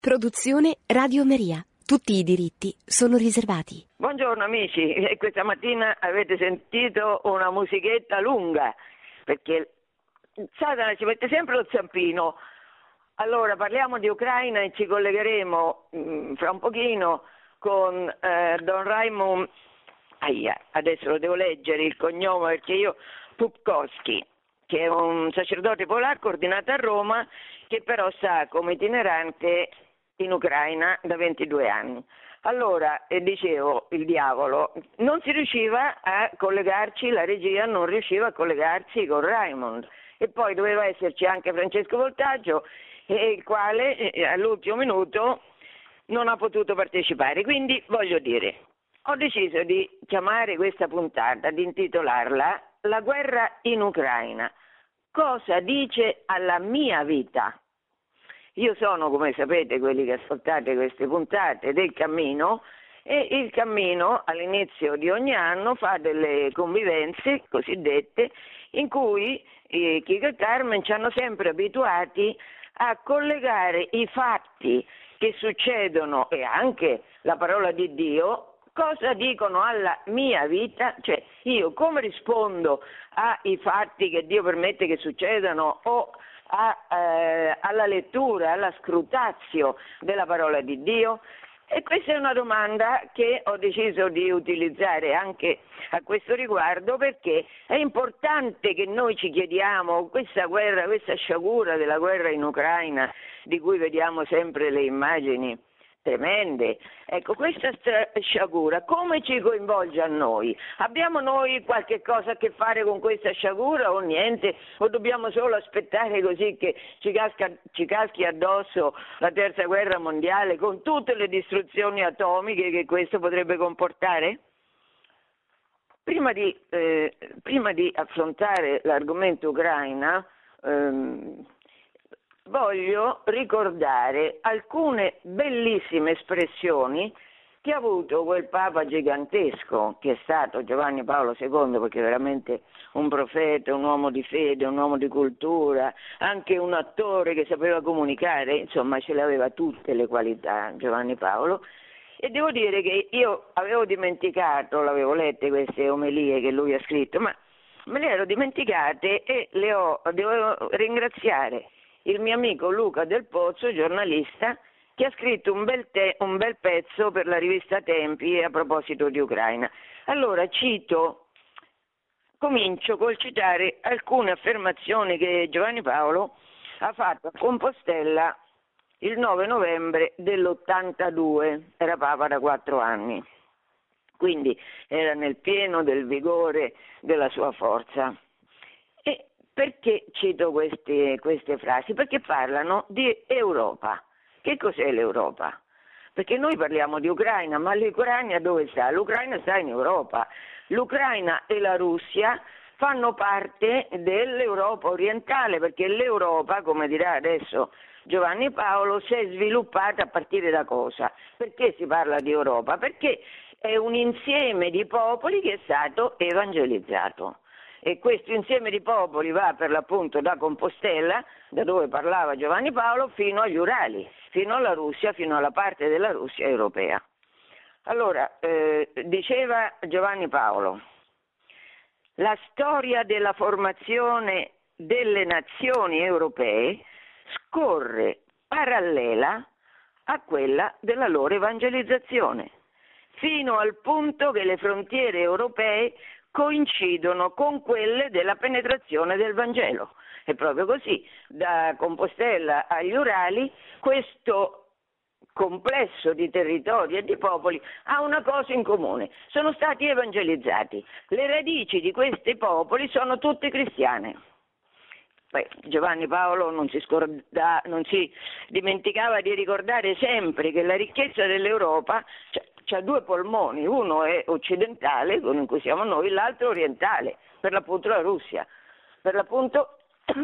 Produzione Radio Maria. Tutti i diritti sono riservati. Buongiorno amici, questa mattina avete sentito una musichetta lunga, perché Satana ci mette sempre lo zampino. Allora parliamo di Ucraina e ci collegheremo fra un pochino con Don Raymond, adesso lo devo leggere il cognome perché io, Pupkowski, che è un sacerdote polacco ordinato a Roma, che però sta come itinerante in Ucraina da 22 anni. Allora, dicevo, il diavolo non si riusciva a collegarci, la regia non riusciva a collegarsi con Raymond, e poi doveva esserci anche Francesco Voltaggio, il quale all'ultimo minuto non ha potuto partecipare. Quindi voglio dire, ho deciso di chiamare questa puntata, di intitolarla La guerra in Ucraina. Cosa dice alla mia vita? Io sono, come sapete, quelli che ascoltate queste puntate, del Cammino, e il Cammino all'inizio di ogni anno fa delle convivenze cosiddette in cui Chico e Carmen ci hanno sempre abituati a collegare i fatti che succedono e anche la parola di Dio, cosa dicono alla mia vita, cioè io come rispondo ai fatti che Dio permette che succedano o alla lettura, alla scrutazio della parola di Dio. E questa è una domanda che ho deciso di utilizzare anche a questo riguardo, perché è importante che noi ci chiediamo questa guerra, questa sciagura della guerra in Ucraina, di cui vediamo sempre le immagini tremende. Ecco, questa sciagura come ci coinvolge a noi? Abbiamo noi qualche cosa a che fare con questa sciagura o niente? O dobbiamo solo aspettare così che ci caschi addosso la terza guerra mondiale con tutte le distruzioni atomiche che questo potrebbe comportare? Prima di affrontare l'argomento Ucraina, voglio ricordare alcune bellissime espressioni che ha avuto quel Papa gigantesco che è stato Giovanni Paolo II, perché è veramente un profeta, un uomo di fede, un uomo di cultura, anche un attore che sapeva comunicare, insomma ce le aveva tutte le qualità Giovanni Paolo. E devo dire che io avevo dimenticato, l'avevo lette queste omelie che lui ha scritto, ma me le ero dimenticate e devo ringraziare il mio amico Luca Del Pozzo, giornalista, che ha scritto un bel pezzo per la rivista Tempi a proposito di Ucraina. Allora comincio col citare alcune affermazioni che Giovanni Paolo ha fatto a Compostela il 9 novembre dell'82, era Papa da 4 anni, quindi era nel pieno del vigore della sua forza. E perché cito queste frasi? Perché parlano di Europa. Che cos'è l'Europa? Perché noi parliamo di Ucraina, ma l'Ucraina dove sta? L'Ucraina sta in Europa. L'Ucraina e la Russia fanno parte dell'Europa orientale, perché l'Europa, come dirà adesso Giovanni Paolo, si è sviluppata a partire da cosa? Perché si parla di Europa? Perché è un insieme di popoli che è stato evangelizzato. E questo insieme di popoli va per l'appunto da Compostela, da dove parlava Giovanni Paolo, fino agli Urali, fino alla Russia, fino alla parte della Russia europea. Allora, diceva Giovanni Paolo, la storia della formazione delle nazioni europee scorre parallela a quella della loro evangelizzazione, fino al punto che le frontiere europee coincidono con quelle della penetrazione del Vangelo. È proprio così, da Compostela agli Urali, questo complesso di territori e di popoli ha una cosa in comune: sono stati evangelizzati. Le radici di questi popoli sono tutte cristiane. Poi Giovanni Paolo non si dimenticava di ricordare sempre che la ricchezza dell'Europa c'ha 2 polmoni, uno è occidentale, quello in cui siamo noi, l'altro orientale, per l'appunto la Russia, per l'appunto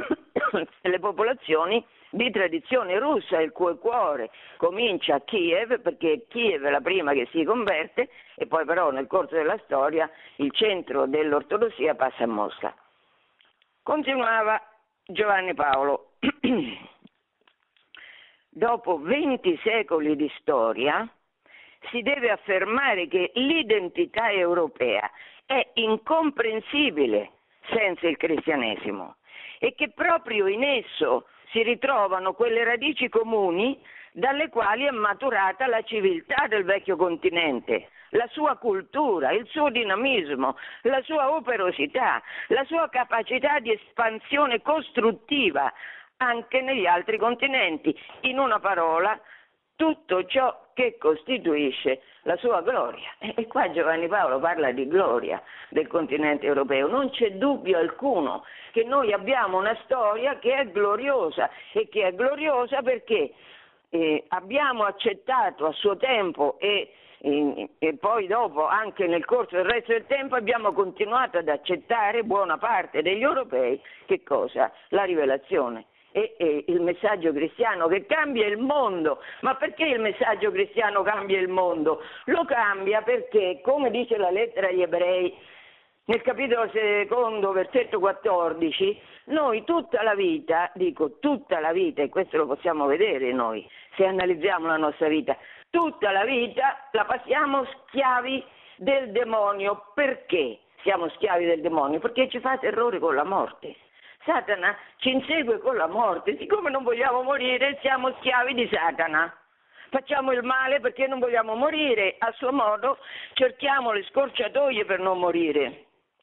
le popolazioni di tradizione russa, il cui cuore comincia a Kiev, perché Kiev è la prima che si converte, e poi però nel corso della storia il centro dell'ortodossia passa a Mosca. Continuava Giovanni Paolo. dopo 20 secoli di storia, si deve affermare che l'identità europea è incomprensibile senza il cristianesimo e che proprio in esso si ritrovano quelle radici comuni dalle quali è maturata la civiltà del vecchio continente, la sua cultura, il suo dinamismo, la sua operosità, la sua capacità di espansione costruttiva anche negli altri continenti. In una parola, tutto ciò che costituisce la sua gloria. E qua Giovanni Paolo parla di gloria del continente europeo. Non c'è dubbio alcuno che noi abbiamo una storia che è gloriosa, e che è gloriosa perché abbiamo accettato a suo tempo e poi dopo, anche nel corso del resto del tempo, abbiamo continuato ad accettare, buona parte degli europei, che cosa? La rivelazione. E il messaggio cristiano che cambia il mondo. Ma perché il messaggio cristiano cambia il mondo? Lo cambia perché, come dice la lettera agli Ebrei, nel capitolo 2, versetto 14, noi tutta la vita, dico tutta la vita, e questo lo possiamo vedere noi, se analizziamo la nostra vita, tutta la vita la passiamo schiavi del demonio. Perché siamo schiavi del demonio? Perché ci fa terrore con la morte. Satana ci insegue con la morte. Siccome non vogliamo morire, siamo schiavi di Satana. Facciamo il male perché non vogliamo morire, a suo modo cerchiamo le scorciatoie per non morire.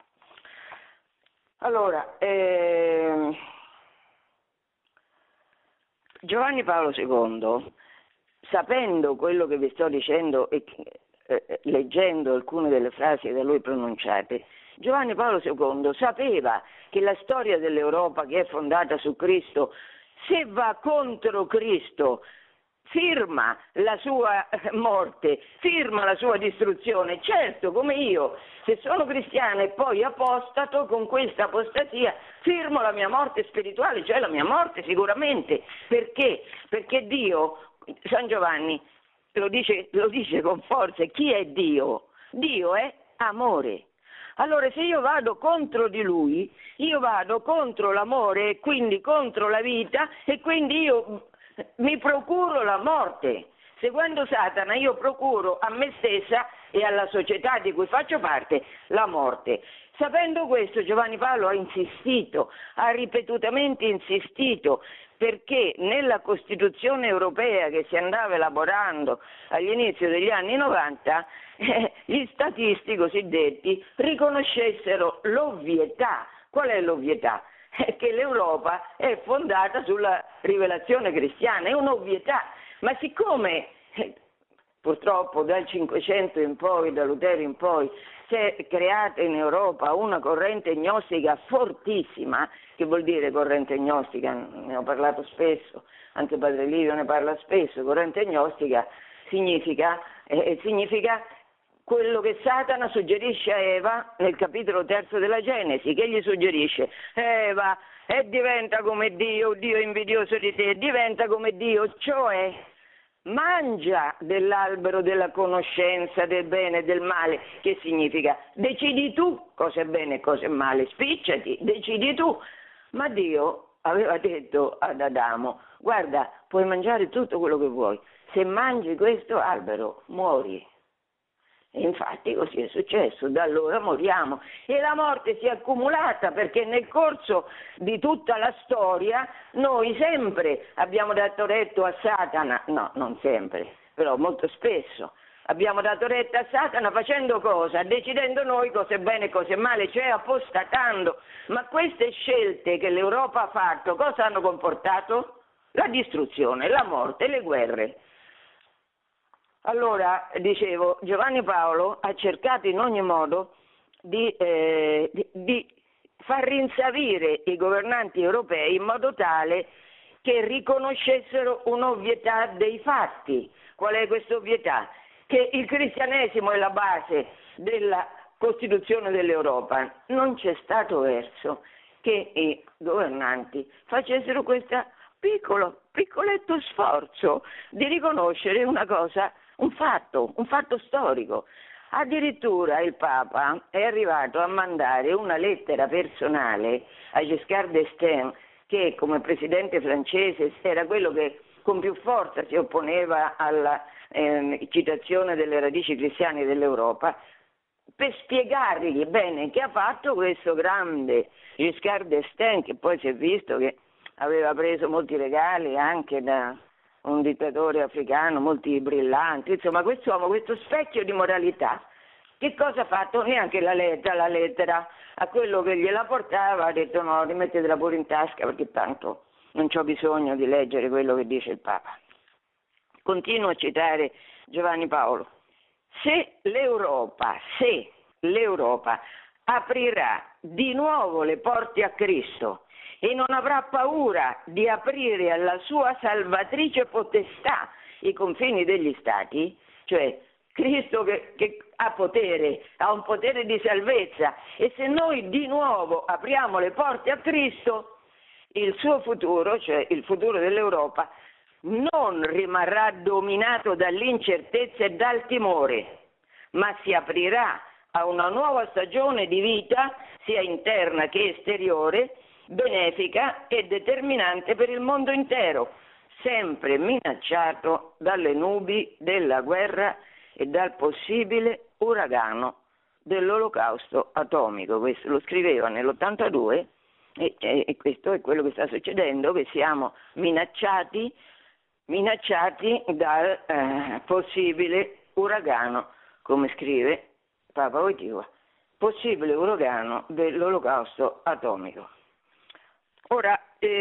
Allora, Giovanni Paolo II, sapendo quello che vi sto dicendo e leggendo alcune delle frasi da lui pronunciate, Giovanni Paolo II sapeva che la storia dell'Europa, che è fondata su Cristo, se va contro Cristo, firma la sua morte, firma la sua distruzione. Certo, come io, se sono cristiana e poi apostato, con questa apostasia firmo la mia morte spirituale, cioè la mia morte sicuramente. Perché? Perché Dio, San Giovanni lo dice con forza, chi è Dio? Dio è amore. Allora, se io vado contro di lui, io vado contro l'amore e quindi contro la vita, e quindi io mi procuro la morte. Seguendo Satana io procuro a me stessa e alla società di cui faccio parte la morte. Sapendo questo, Giovanni Paolo ha insistito, ha ripetutamente insistito, perché nella Costituzione europea che si andava elaborando agli inizi degli anni 90, gli statisti cosiddetti riconoscessero l'ovvietà. Qual è l'ovvietà? È che l'Europa è fondata sulla rivelazione cristiana, è un'ovvietà. Ma siccome purtroppo dal Cinquecento in poi, da Lutero in poi, si è creata in Europa una corrente gnostica fortissima. Che vuol dire corrente gnostica? Ne ho parlato spesso, anche Padre Livio ne parla spesso. Corrente gnostica significa quello che Satana suggerisce a Eva nel capitolo 3 della Genesi. Che gli suggerisce? Eva, e diventa come Dio, Dio è invidioso di te, diventa come Dio, cioè mangia dell'albero della conoscenza del bene e del male. Che significa? Decidi tu cosa è bene e cosa è male, spicciati, decidi tu. Ma Dio aveva detto ad Adamo: guarda, puoi mangiare tutto quello che vuoi, se mangi questo albero muori. E infatti così è successo, da allora moriamo. E la morte si è accumulata perché nel corso di tutta la storia noi sempre abbiamo dato retto a Satana, no, non sempre, però molto spesso abbiamo dato retta a Satana facendo cosa? Decidendo noi cosa è bene e cosa è male, cioè apostatando. Ma queste scelte che l'Europa ha fatto cosa hanno comportato? La distruzione, la morte, le guerre. Allora, dicevo, Giovanni Paolo ha cercato in ogni modo di far rinsavire i governanti europei in modo tale che riconoscessero un'ovvietà dei fatti. Qual è questa ovvietà? Che il cristianesimo è la base della Costituzione dell'Europa. Non c'è stato verso che i governanti facessero questo piccoletto sforzo di riconoscere una cosa, un fatto storico. Addirittura il Papa è arrivato a mandare una lettera personale a Giscard d'Estaing, che come presidente francese era quello che con più forza si opponeva alla citazione delle radici cristiane dell'Europa, per spiegargli bene che ha fatto questo grande Giscard d'Estaing, che poi si è visto che aveva preso molti regali anche da un dittatore africano, molti brillanti, insomma quest'uomo, questo specchio di moralità, che cosa ha fatto? Neanche la lettera a quello che gliela portava ha detto no, rimettetela pure in tasca perché tanto non c'ho bisogno di leggere quello che dice il Papa. Continuo a citare Giovanni Paolo. Se l'Europa aprirà di nuovo le porte a Cristo e non avrà paura di aprire alla sua salvatrice potestà i confini degli stati, cioè Cristo che ha potere, ha un potere di salvezza, e se noi di nuovo apriamo le porte a Cristo, il suo futuro, cioè il futuro dell'Europa, non rimarrà dominato dall'incertezza e dal timore, ma si aprirà a una nuova stagione di vita, sia interna che esteriore, benefica e determinante per il mondo intero, sempre minacciato dalle nubi della guerra e dal possibile uragano dell'olocausto atomico. Questo lo scriveva nell'82 e questo è quello che sta succedendo, che siamo minacciati dal possibile uragano, come scrive Papa Wojtyła, possibile uragano dell'olocausto atomico. Ora,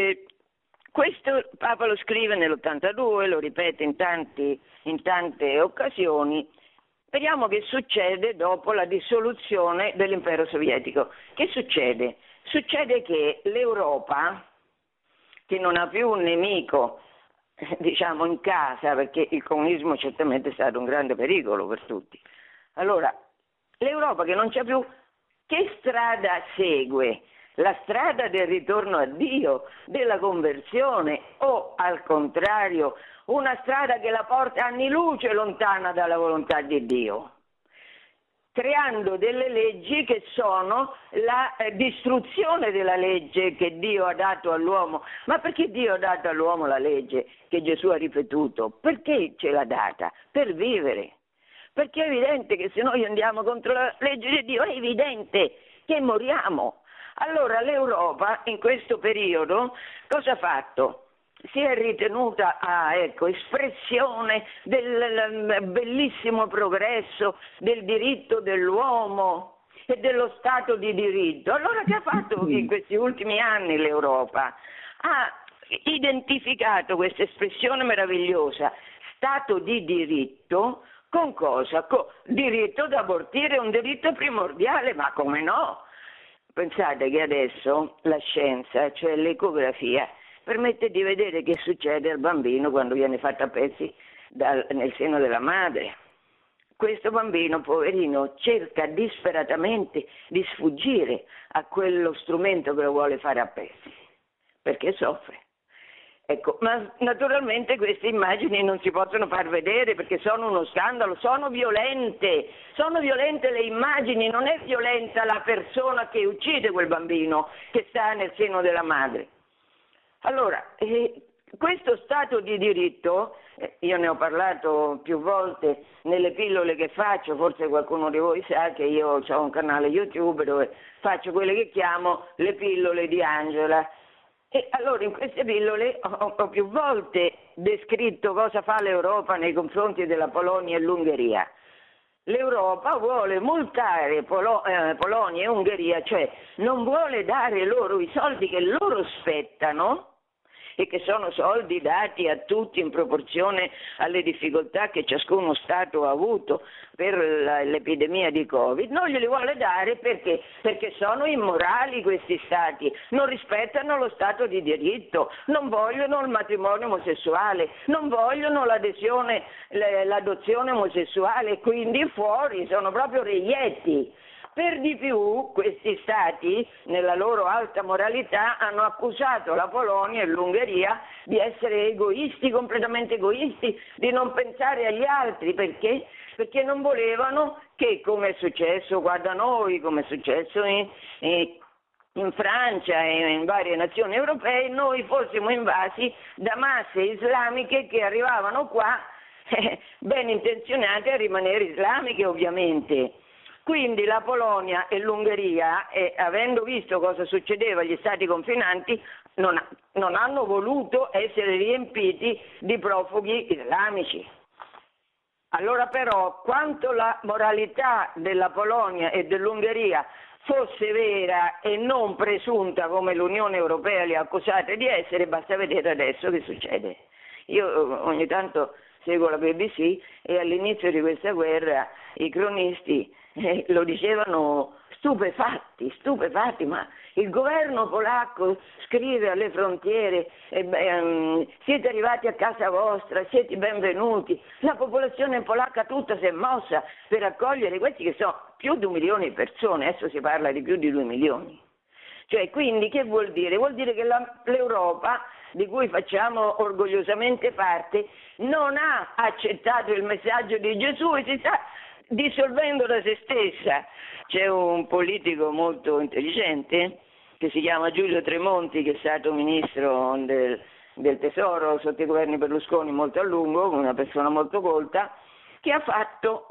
questo Papa lo scrive nell'82, lo ripete in tante occasioni. Vediamo che succede dopo la dissoluzione dell'impero sovietico. Che succede? Succede che l'Europa, che non ha più un nemico, diciamo, in casa, perché il comunismo certamente è stato un grande pericolo per tutti. Allora, l'Europa che non c'è più, che strada segue? La strada del ritorno a Dio, della conversione, o al contrario, una strada che la porta anni luce lontana dalla volontà di Dio, creando delle leggi che sono la distruzione della legge che Dio ha dato all'uomo. Ma perché Dio ha dato all'uomo la legge che Gesù ha ripetuto? Perché ce l'ha data? Per vivere. Perché è evidente che se noi andiamo contro la legge di Dio è evidente che moriamo. Allora l'Europa in questo periodo cosa ha fatto? Si è ritenuta espressione del bellissimo progresso del diritto dell'uomo e dello Stato di diritto. Allora che ha fatto in questi ultimi anni l'Europa? Ha identificato questa espressione meravigliosa, Stato di diritto, con cosa? Con diritto ad abortire, un diritto primordiale, ma come no? Pensate che adesso la scienza, cioè l'ecografia, permette di vedere che succede al bambino quando viene fatto a pezzi nel seno della madre. Questo bambino, poverino, cerca disperatamente di sfuggire a quello strumento che lo vuole fare a pezzi, perché soffre. Ecco, ma naturalmente queste immagini non si possono far vedere perché sono uno scandalo, sono violente le immagini, non è violenta la persona che uccide quel bambino che sta nel seno della madre. Allora, questo Stato di diritto, io ne ho parlato più volte nelle pillole che faccio, forse qualcuno di voi sa che io ho un canale YouTube dove faccio quelle che chiamo le pillole di Angela. E allora in queste pillole ho più volte descritto cosa fa l'Europa nei confronti della Polonia e l'Ungheria. L'Europa vuole multare Polonia e Ungheria, cioè non vuole dare loro i soldi che loro spettano e che sono soldi dati a tutti in proporzione alle difficoltà che ciascuno Stato ha avuto per l'epidemia di Covid, non glieli vuole dare perché sono immorali questi Stati, non rispettano lo Stato di diritto, non vogliono il matrimonio omosessuale, non vogliono l'adozione omosessuale, quindi fuori, sono proprio reietti. Per di più questi stati, nella loro alta moralità, hanno accusato la Polonia e l'Ungheria di essere egoisti, completamente egoisti, di non pensare agli altri. Perché? Perché non volevano che, come è successo qua da noi, come è successo in Francia e in varie nazioni europee, noi fossimo invasi da masse islamiche che arrivavano qua ben intenzionate a rimanere islamiche ovviamente. Quindi la Polonia e l'Ungheria, avendo visto cosa succedeva agli stati confinanti, non hanno voluto essere riempiti di profughi islamici. Allora però, quanto la moralità della Polonia e dell'Ungheria fosse vera e non presunta come l'Unione Europea li ha accusate di essere, basta vedere adesso che succede. Io ogni tanto seguo la BBC e all'inizio di questa guerra i cronisti lo dicevano stupefatti, ma il governo polacco scrive alle frontiere, siete arrivati a casa vostra, siete benvenuti, la popolazione polacca tutta si è mossa per accogliere questi che sono più di 1 milione di persone, adesso si parla di più di 2 milioni. Cioè, quindi che vuol dire? Vuol dire che l'Europa, di cui facciamo orgogliosamente parte, non ha accettato il messaggio di Gesù e si sta dissolvendo da se stessa. C'è un politico molto intelligente che si chiama Giulio Tremonti, che è stato ministro del Tesoro sotto i governi Berlusconi molto a lungo, una persona molto colta, che ha fatto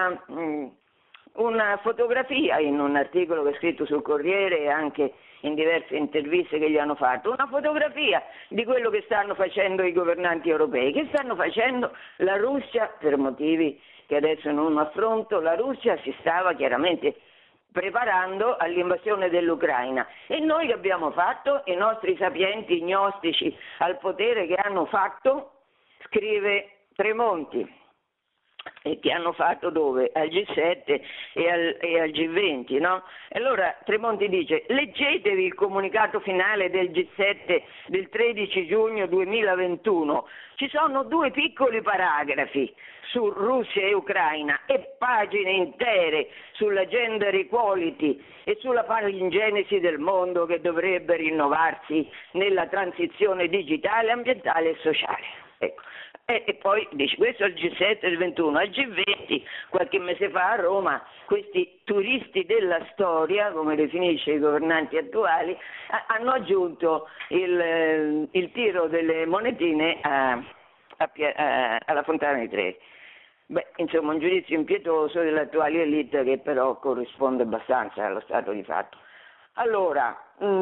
una fotografia in un articolo che è scritto sul Corriere e anche in diverse interviste che gli hanno fatto, una fotografia di quello che stanno facendo i governanti europei, che stanno facendo la Russia per motivi che adesso non affronto. La Russia si stava chiaramente preparando all'invasione dell'Ucraina e noi che abbiamo fatto? I nostri sapienti gnostici al potere che hanno fatto, scrive Tremonti, e che hanno fatto dove? Al G7 e al G20, no? Allora Tremonti dice: leggetevi il comunicato finale del G7 del 13 giugno 2021, ci sono 2 piccoli paragrafi su Russia e Ucraina e pagine intere sulla gender equality e sulla palingenesi del mondo che dovrebbe rinnovarsi nella transizione digitale, ambientale e sociale. Ecco. E poi dice, questo è il G7 del 21, al G20 qualche mese fa a Roma questi turisti della storia, come definisce i governanti attuali, hanno aggiunto il tiro delle monetine alla Fontana di Trevi. Beh, insomma, un giudizio impietoso delle attuali elite che però corrisponde abbastanza allo stato di fatto. Allora,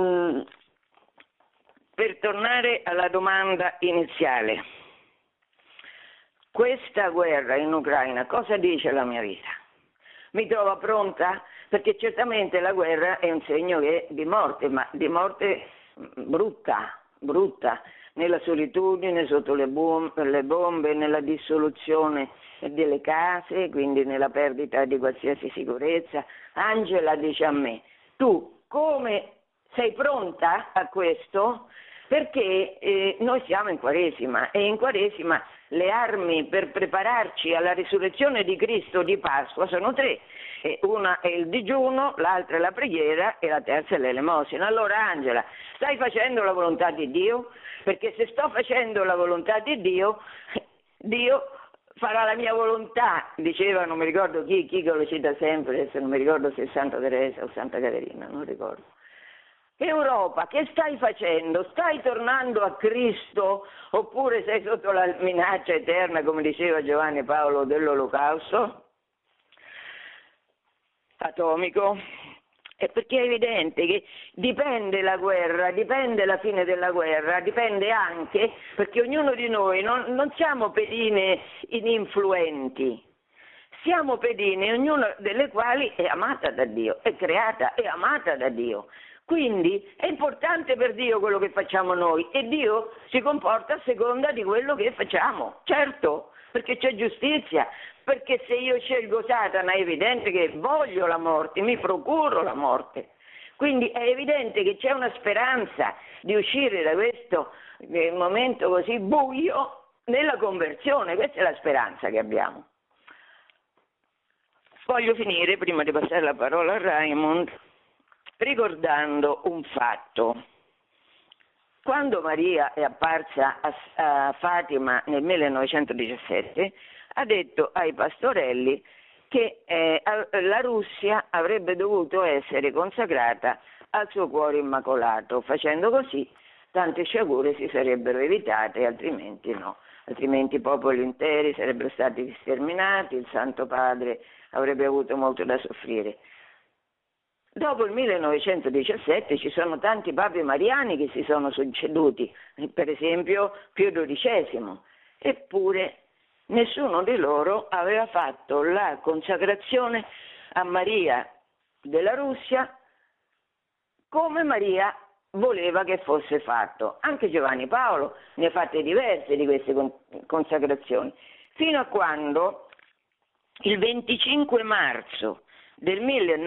per tornare alla domanda iniziale, questa guerra in Ucraina cosa dice la mia vita? Mi trova pronta? Perché certamente la guerra è un segno di morte, ma di morte brutta, nella solitudine, sotto le bombe, nella dissoluzione delle case, quindi nella perdita di qualsiasi sicurezza. Angela dice a me: tu come sei pronta a questo? Perché noi siamo in Quaresima e in Quaresima le armi per prepararci alla risurrezione di Cristo di Pasqua sono 3. Una è il digiuno, l'altra è la preghiera e la terza è l'elemosina. Allora Angela, stai facendo la volontà di Dio? Perché se sto facendo la volontà di Dio, Dio farà la mia volontà, diceva, non mi ricordo chi che lo cita sempre, adesso non mi ricordo se è Santa Teresa o Santa Caterina, non ricordo. Europa, che stai facendo? Stai tornando a Cristo oppure sei sotto la minaccia eterna, come diceva Giovanni Paolo, dell'Olocausto atomico? È perché è evidente che dipende la guerra, dipende la fine della guerra, dipende anche perché ognuno di noi non siamo pedine ininfluenti, siamo pedine, ognuna delle quali è amata da Dio, è creata, è amata da Dio. Quindi è importante per Dio quello che facciamo noi e Dio si comporta a seconda di quello che facciamo, certo, perché c'è giustizia, perché se io scelgo Satana è evidente che voglio la morte, mi procuro la morte, quindi è evidente che c'è una speranza di uscire da questo momento così buio nella conversione, questa è la speranza che abbiamo. Voglio finire, prima di passare la parola a Raymond, ricordando un fatto. Quando Maria è apparsa a Fatima nel 1917, ha detto ai pastorelli che la Russia avrebbe dovuto essere consacrata al suo cuore immacolato. Facendo così tante sciagure si sarebbero evitate, altrimenti no. Altrimenti popoli interi sarebbero stati sterminati, il Santo Padre avrebbe avuto molto da soffrire. Dopo il 1917 ci sono tanti papi mariani che si sono succeduti, per esempio Pio XII, eppure nessuno di loro aveva fatto la consacrazione a Maria della Russia come Maria voleva che fosse fatto. Anche Giovanni Paolo ne ha fatte diverse di queste consacrazioni, fino a quando il 25 marzo del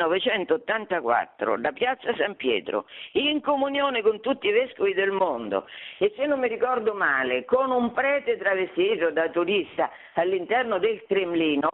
1984 da Piazza San Pietro, in comunione con tutti i vescovi del mondo e, se non mi ricordo male, con un prete travestito da turista all'interno del Cremlino,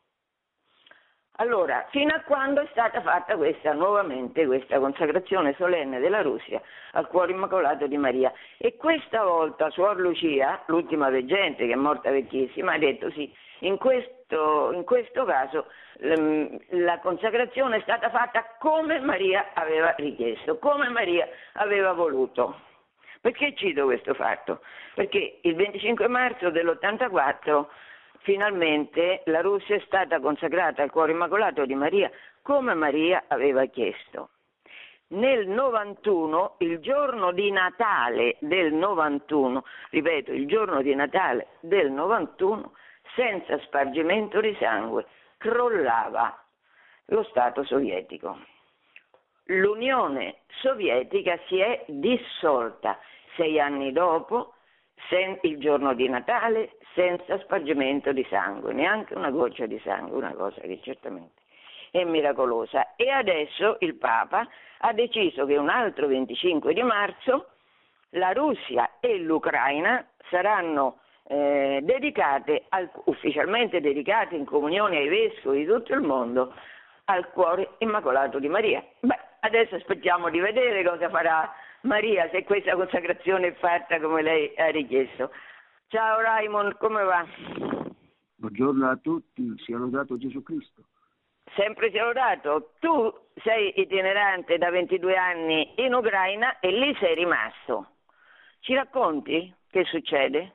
allora, fino a quando è stata fatta nuovamente questa consacrazione solenne della Russia al cuore immacolato di Maria. E questa volta Suor Lucia, l'ultima veggente che è morta vecchissima, ha detto sì, in questo caso la consacrazione è stata fatta come Maria aveva richiesto, come Maria aveva voluto. Perché cito questo fatto? Perché il 25 marzo dell'84 finalmente la Russia è stata consacrata al cuore immacolato di Maria come Maria aveva chiesto. Nel 91, il giorno di Natale del 91, ripeto, il giorno di Natale del 91, senza spargimento di sangue, crollava lo Stato sovietico. L'Unione Sovietica si è dissolta 6 anni dopo, il giorno di Natale, senza spargimento di sangue, neanche una goccia di sangue, una cosa che certamente è miracolosa. E adesso il Papa ha deciso che un altro 25 di marzo la Russia e l'Ucraina saranno ufficialmente dedicate in comunione ai vescovi di tutto il mondo al cuore immacolato di Maria. Beh, adesso aspettiamo di vedere cosa farà Maria, se questa consacrazione è fatta come lei ha richiesto. Ciao Raymond, come va? Buongiorno a tutti, sia lodato Gesù Cristo. Sempre sia lodato. Tu sei itinerante da 22 anni in Ucraina e lì sei rimasto. Ci racconti che succede?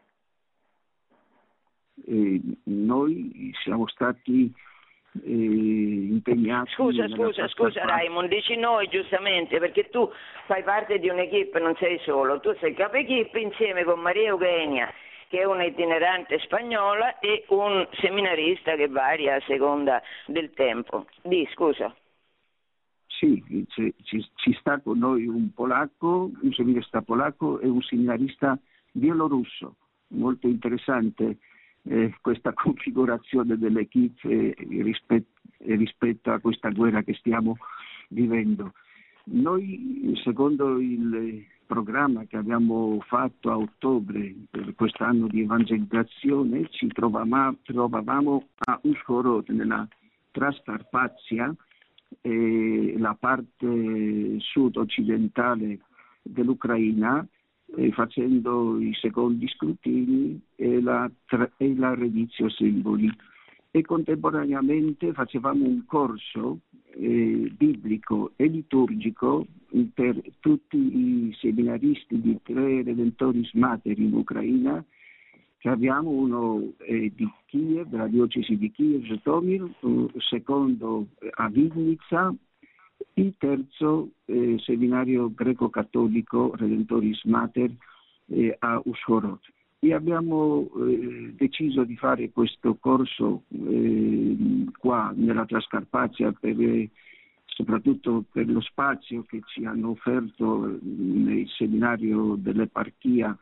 Noi siamo stati impegnati. Scusa Raymond, dici noi giustamente, perché tu fai parte di un'equipe, non sei solo, tu sei capo equipe insieme con Maria Eugenia, che è un'itinerante spagnola, e un seminarista che varia a seconda del tempo. Scusa. Sì, ci sta con noi un polacco, un seminarista polacco e un seminarista bielorusso. Molto interessante questa configurazione dell'equipe rispetto a questa guerra che stiamo vivendo. Noi, secondo il programma che abbiamo fatto a ottobre per quest'anno di evangelizzazione, ci trovavamo a Ushhorod, nella Trascarpazia, la parte sud-occidentale dell'Ucraina, facendo i secondi scrutini e la redizio simboli, e contemporaneamente facevamo un corso biblico e liturgico per tutti i seminaristi di 3 Redentoris Mater in Ucraina, che abbiamo: uno di Kiev, della diocesi di Kiev, Zhytomyr, secondo a Vinnitsa, il terzo seminario greco-cattolico Redentoris Mater a Ushhorod. E abbiamo deciso di fare questo corso qua nella Trascarpazia, soprattutto per lo spazio che ci hanno offerto nel seminario dell'eparchia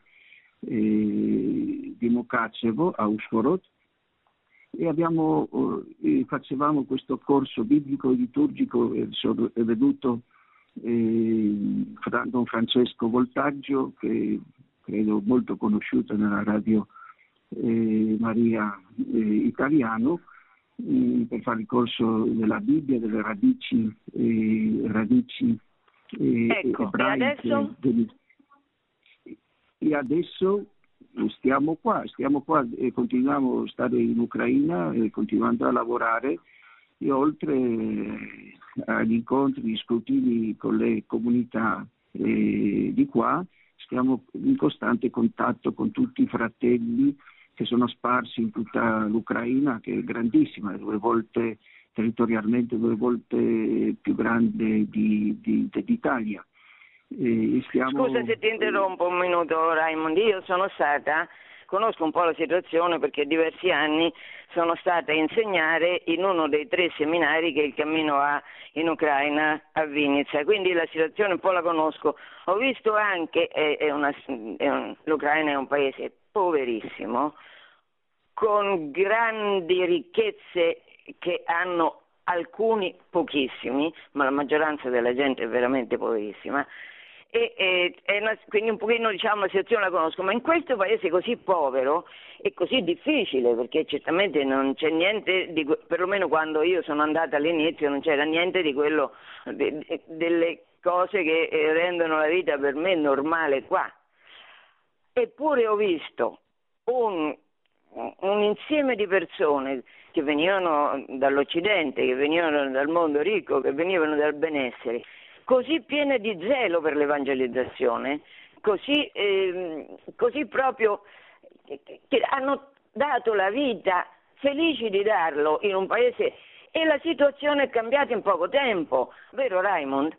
di Mukachevo a Ushhorod, e facevamo questo corso biblico e liturgico. È venuto Don Francesco Voltaggio, che credo molto conosciuto nella radio Maria italiano, per fare il corso della Bibbia, delle radici ebraiche. E adesso stiamo qua e continuiamo a stare in Ucraina, continuando a lavorare e oltre agli incontri, agli scrutini con le comunità di qua, stiamo in costante contatto con tutti i fratelli che sono sparsi in tutta l'Ucraina, che è grandissima, 2 volte territorialmente, 2 volte più grande d'Italia. Scusa se ti interrompo un minuto, Raimond. Io conosco un po' la situazione perché diversi anni sono stata a insegnare in uno dei 3 seminari che il Cammino ha in Ucraina, a Vinnytsia, quindi la situazione un po' la conosco. Ho visto anche, l'Ucraina è un paese poverissimo, con grandi ricchezze che hanno alcuni pochissimi, ma la maggioranza della gente è veramente poverissima. Quindi un pochino, diciamo, la situazione la conosco, ma in questo paese così povero è così difficile, perché certamente non c'è niente perlomeno quando io sono andata all'inizio non c'era niente di quello, delle cose che rendono la vita per me normale qua. Eppure ho visto un insieme di persone che venivano dall'Occidente, che venivano dal mondo ricco, che venivano dal benessere, così piene di zelo per l'evangelizzazione, così proprio che hanno dato la vita, felici di darlo in un paese, e la situazione è cambiata in poco tempo, vero Raimond?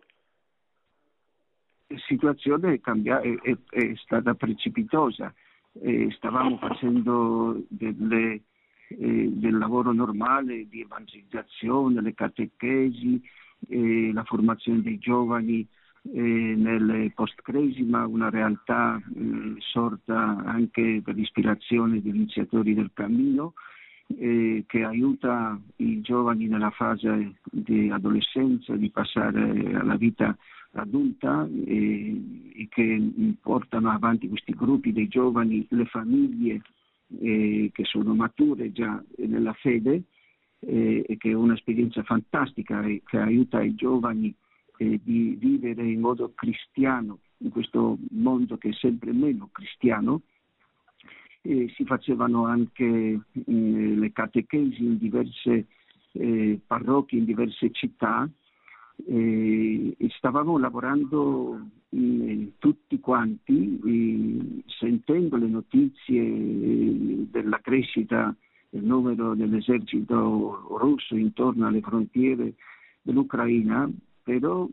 La situazione è stata precipitosa, stavamo facendo del lavoro normale di evangelizzazione, le catechesi, la formazione dei giovani nel post-cresima, una realtà sorta anche per ispirazione degli iniziatori del cammino, che aiuta i giovani nella fase di adolescenza di passare alla vita adulta, e che portano avanti questi gruppi dei giovani, le famiglie che sono mature già nella fede, e che è un'esperienza fantastica che aiuta i giovani di vivere in modo cristiano in questo mondo che è sempre meno cristiano. Si facevano anche le catechesi in diverse parrocchie, in diverse città, e stavamo lavorando tutti quanti, sentendo le notizie della crescita del numero dell'esercito russo intorno alle frontiere dell'Ucraina, però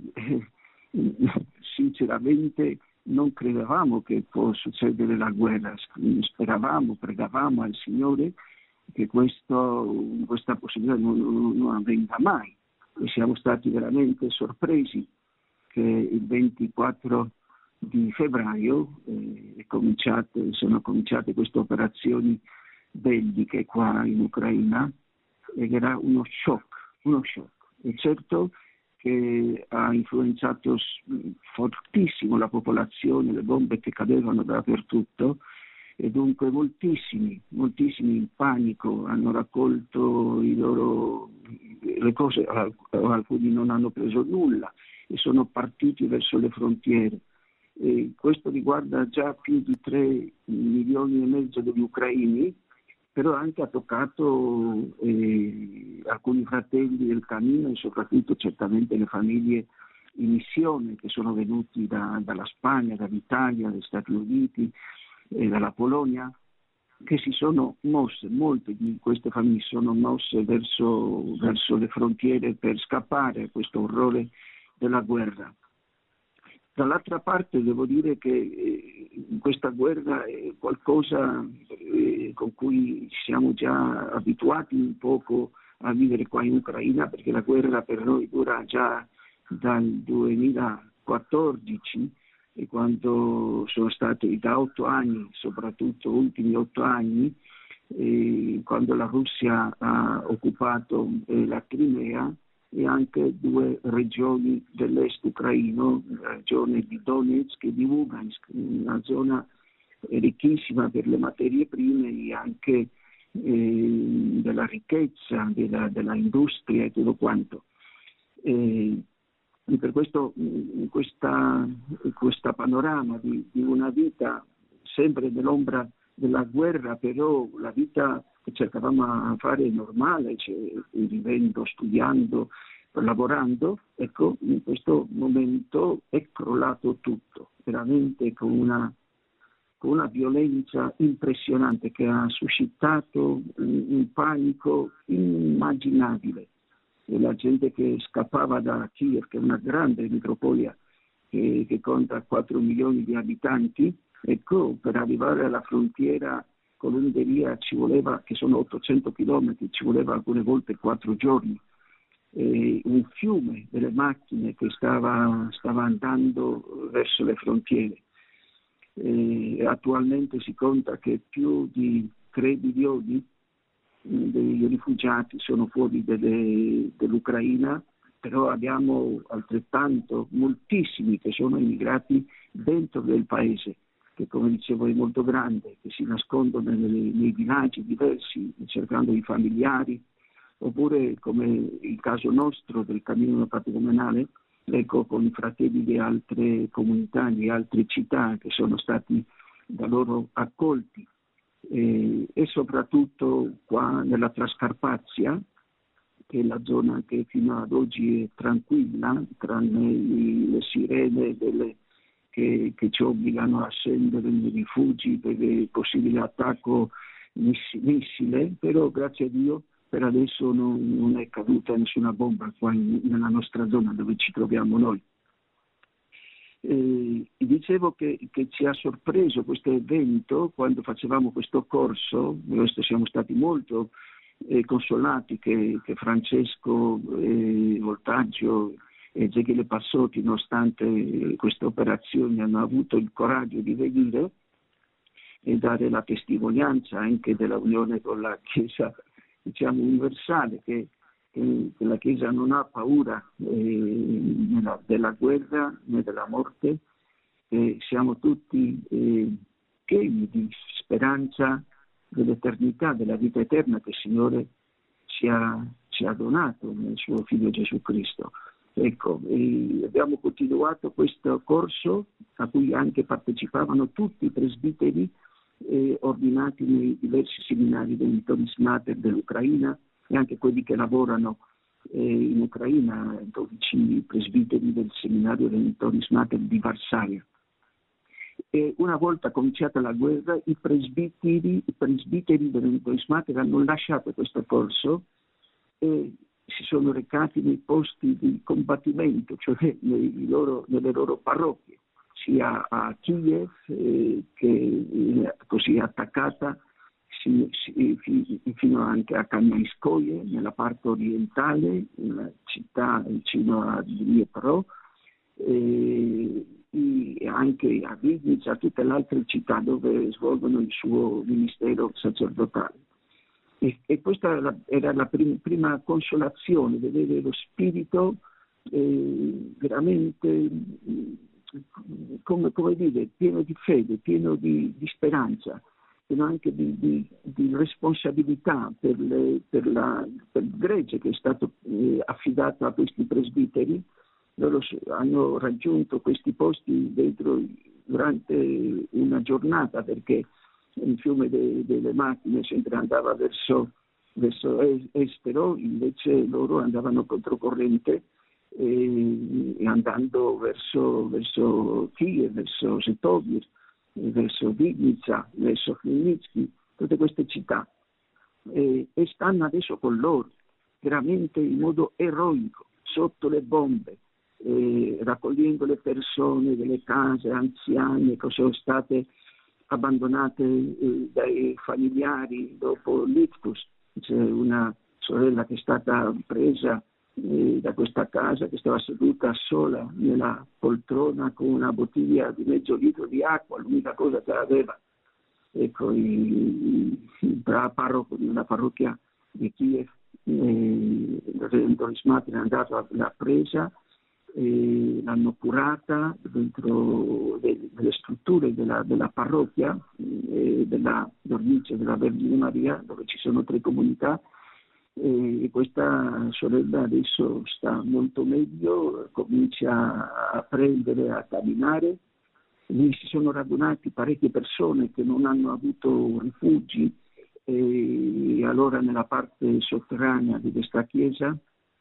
sinceramente non credevamo che può succedere la guerra, speravamo, pregavamo al Signore che questa possibilità non avvenga mai, e siamo stati veramente sorpresi che il 24 di febbraio sono cominciate queste operazioni belliche qua in Ucraina, ed era uno shock. E certo che ha influenzato fortissimo la popolazione, le bombe che cadevano dappertutto, e dunque moltissimi in panico hanno raccolto le cose, alcuni non hanno preso nulla e sono partiti verso le frontiere. E questo riguarda già più di 3,5 milioni degli ucraini, però anche ha toccato alcuni fratelli del cammino, e soprattutto certamente le famiglie in missione che sono venuti dalla Spagna, dall'Italia, dagli Stati Uniti e dalla Polonia, che si sono mosse, molte di queste famiglie sono mosse verso le frontiere per scappare a questo orrore della guerra. Dall'altra parte devo dire che questa guerra è qualcosa con cui siamo già abituati un poco a vivere qua in Ucraina, perché la guerra per noi dura già dal 2014, e quando sono stati da 8 anni, soprattutto ultimi 8 anni, quando la Russia ha occupato la Crimea e anche 2 regioni dell'est ucraino, la regione di Donetsk e di Lugansk, una zona ricchissima per le materie prime e anche della ricchezza, della industria e tutto quanto. E per questo questa panorama di una vita sempre nell'ombra della guerra, però la vita che cercavamo di fare normale, cioè, vivendo, studiando, lavorando, ecco, in questo momento è crollato tutto, veramente con una violenza impressionante che ha suscitato un panico inimmaginabile. E la gente che scappava da Kiev, che è una grande metropolia che conta 4 milioni di abitanti, ecco, per arrivare alla frontiera con l'Ungheria ci voleva, che sono 800 chilometri, ci voleva alcune volte 4 giorni. Un fiume delle macchine che stava andando verso le frontiere. Attualmente si conta che più di 3 milioni dei rifugiati sono fuori dell'Ucraina, però abbiamo altrettanto moltissimi che sono immigrati dentro del paese, che come dicevo è molto grande, che si nascondono nei villaggi diversi cercando i familiari, oppure come il caso nostro del cammino patrimoniale, ecco, con i fratelli di altre comunità, di altre città che sono stati da loro accolti, e soprattutto qua nella Trascarpazia, che è la zona che fino ad oggi è tranquilla, tranne le sirene che ci obbligano a scendere nei rifugi per il possibile attacco missile, però grazie a Dio per adesso non è caduta nessuna bomba qua nella nostra zona dove ci troviamo noi. Dicevo che ci ha sorpreso questo evento quando facevamo questo corso. Noi siamo stati molto consolati che Francesco Voltaggio e Ezechiele Passotti, nonostante queste operazioni, hanno avuto il coraggio di venire e dare la testimonianza anche della unione con la Chiesa, diciamo, universale, che la Chiesa non ha paura della guerra né della morte, siamo tutti pieni di speranza dell'eternità, della vita eterna che il Signore ci ha donato nel suo Figlio Gesù Cristo. Ecco, abbiamo continuato questo corso a cui anche partecipavano tutti i presbiteri ordinati nei diversi seminari dei Tomis Mater dell'Ucraina e anche quelli che lavorano in Ucraina, 12 presbiteri del seminario dei Tomis Mater di Varsavia. E una volta cominciata la guerra, i presbiteri dei Tomis Mater hanno lasciato questo corso e si sono recati nei posti di combattimento, cioè nelle loro parrocchie, sia a Kiev, che così attaccata fino anche a Kamyanskoye, nella parte orientale, una città vicino a Dnipro, e anche a Vinnytsia, a tutte le altre città dove svolgono il suo ministero sacerdotale. E questa era la prima consolazione, vedere lo spirito veramente, come dire, pieno di fede, pieno di speranza, pieno anche di responsabilità per il gregge che è stato affidato a questi presbiteri. Loro hanno raggiunto questi posti durante una giornata, perché il fiume delle macchine sempre andava verso estero, invece loro andavano controcorrente e andando verso Kiev, verso Žetomyr, verso Vinnytsia, verso Khmelnytskyi, tutte queste città, e stanno adesso con loro veramente in modo eroico sotto le bombe, raccogliendo le persone delle case anziane che sono state abbandonate dai familiari dopo l'ictus. C'è una sorella che è stata presa da questa casa, che stava seduta sola nella poltrona con una bottiglia di mezzo litro di acqua, l'unica cosa che aveva. Ecco, il parroco di una parrocchia di Kiev, il Tomis Mater è andato, l'ha presa, l'hanno curata dentro delle strutture della parrocchia, della Dormice della Vergine Maria, dove ci sono 3 comunità, e questa sorella adesso sta molto meglio, comincia a prendere, a camminare, lì si sono radunati parecchie persone che non hanno avuto rifugi, e allora nella parte sotterranea di questa chiesa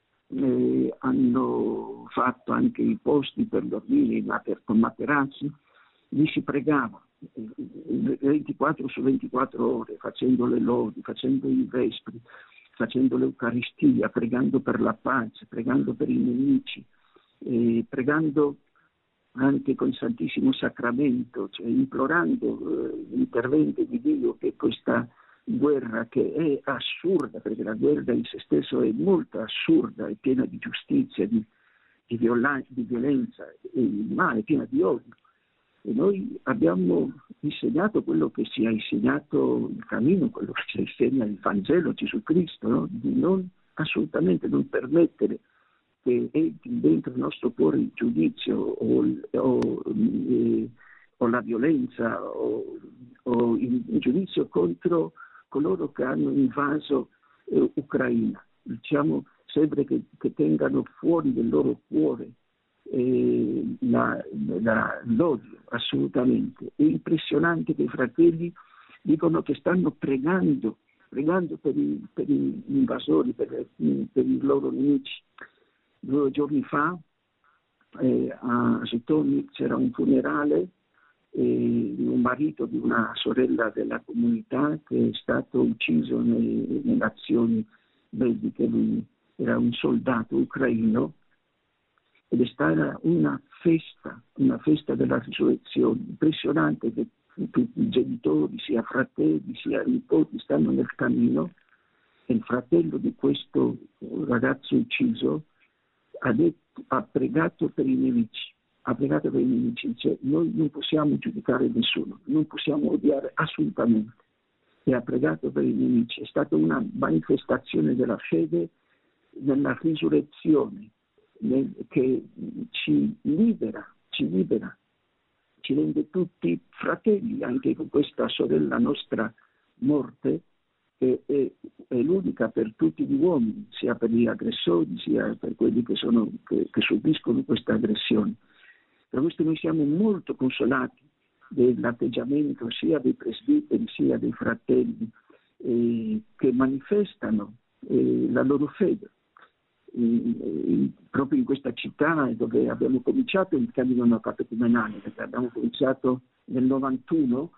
hanno fatto anche i posti per dormire con materassi. Lì si pregava 24 su 24 ore, facendo le lodi, facendo i vespri, facendo l'Eucaristia, pregando per la pace, pregando per i nemici, pregando anche con il Santissimo Sacramento, cioè implorando l'intervento di Dio, che questa guerra, che è assurda, perché la guerra in se stesso è molto assurda, è piena di giustizia, di violenza, ma è piena di odio. E noi abbiamo insegnato quello che ci ha insegnato il cammino, quello che ci insegna il Vangelo, Gesù Cristo, no? Di non assolutamente non permettere che entri dentro il nostro cuore il giudizio o la violenza o il giudizio contro coloro che hanno invaso Ucraina. Diciamo sempre che tengano fuori del loro cuore l'odio, assolutamente. È impressionante che i fratelli dicono che stanno pregando per gli invasori, per i loro nemici. 2 giorni fa a Žitomi c'era un funerale di un marito di una sorella della comunità che è stato ucciso nelle azioni belliche. Lui era un soldato ucraino ed è stata una festa della risurrezione impressionante, che tutti i genitori, sia fratelli sia nipoti, stanno nel cammino, e il fratello di questo ragazzo ucciso ha pregato per i nemici, cioè, noi non possiamo giudicare nessuno, non possiamo odiare assolutamente, e ha pregato per i nemici. È stata una manifestazione della fede nella risurrezione, che ci libera, ci rende tutti fratelli, anche con questa sorella nostra morte, che è l'unica per tutti gli uomini, sia per gli aggressori, sia per quelli che subiscono questa aggressione. Per questo noi siamo molto consolati dell'atteggiamento sia dei presbiteri sia dei fratelli che manifestano la loro fede. Proprio in questa città dove abbiamo cominciato il cammino neocatecumenale, perché abbiamo cominciato nel 91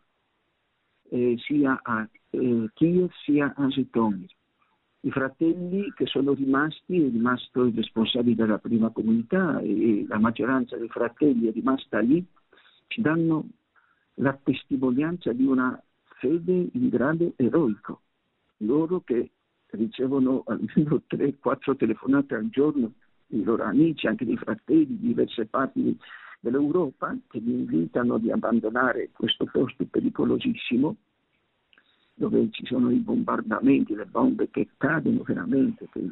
sia a Kiev sia a Žitomi. I fratelli che sono rimasti, è rimasto il responsabile della prima comunità e la maggioranza dei fratelli è rimasta lì, ci danno la testimonianza di una fede in grado eroico. Loro che ricevono almeno 3-4 telefonate al giorno dei loro amici, anche dei fratelli di diverse parti dell'Europa, che li invitano di abbandonare questo posto pericolosissimo, dove ci sono i bombardamenti, le bombe che cadono veramente, che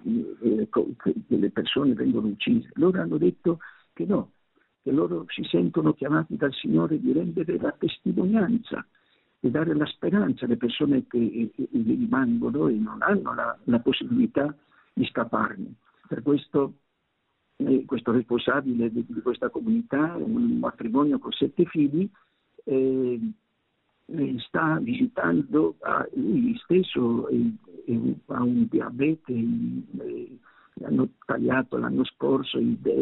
le persone vengono uccise. Loro hanno detto che no, che loro si sentono chiamati dal Signore di rendere la testimonianza e dare la speranza alle persone che rimangono e non hanno la possibilità di scapparne. Per questo questo responsabile di questa comunità, un matrimonio con 7 figli, sta visitando, lui stesso ha un diabete, hanno tagliato l'anno scorso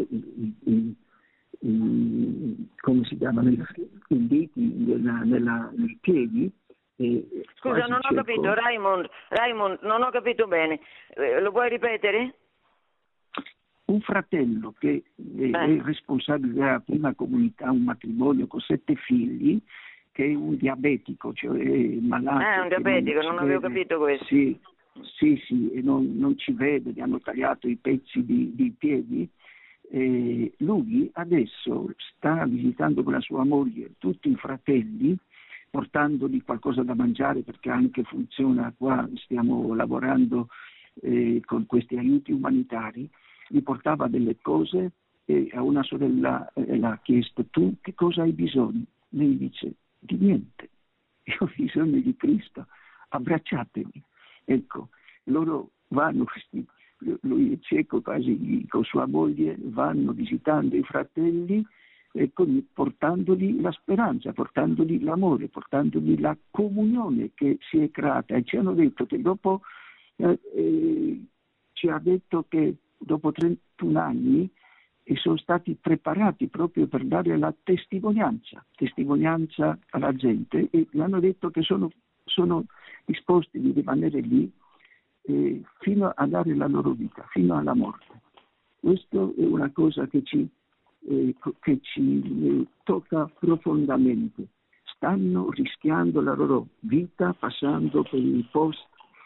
come si chiamano, i diti nei piedi. Scusa, non ho capito, Raymond, non ho capito bene. Lo puoi ripetere? Un fratello che è responsabile della prima comunità, un matrimonio con 7 figli, che è un diabetico, cioè è malato. È un diabetico, non avevo capito questo. Sì, e non ci vede, gli hanno tagliato i pezzi di piedi. Lui adesso sta visitando con la sua moglie tutti i fratelli, portandogli qualcosa da mangiare, perché anche funziona qua, stiamo lavorando con questi aiuti umanitari. Gli portava delle cose e a una sorella le ha chiesto: tu che cosa hai bisogno? Lei dice: di niente, io ho bisogno di Cristo, abbracciatemi. Ecco, loro vanno, lui è cieco quasi, con sua moglie vanno visitando i fratelli portandogli la speranza, portandogli l'amore, portandogli la comunione che si è creata. E ci hanno detto che ci ha detto che dopo 31 anni sono stati preparati proprio per dare la testimonianza alla gente, e gli hanno detto che sono disposti di rimanere lì fino a dare la loro vita, fino alla morte. Questo è una cosa che ci tocca profondamente. Stanno rischiando la loro vita, passando per i post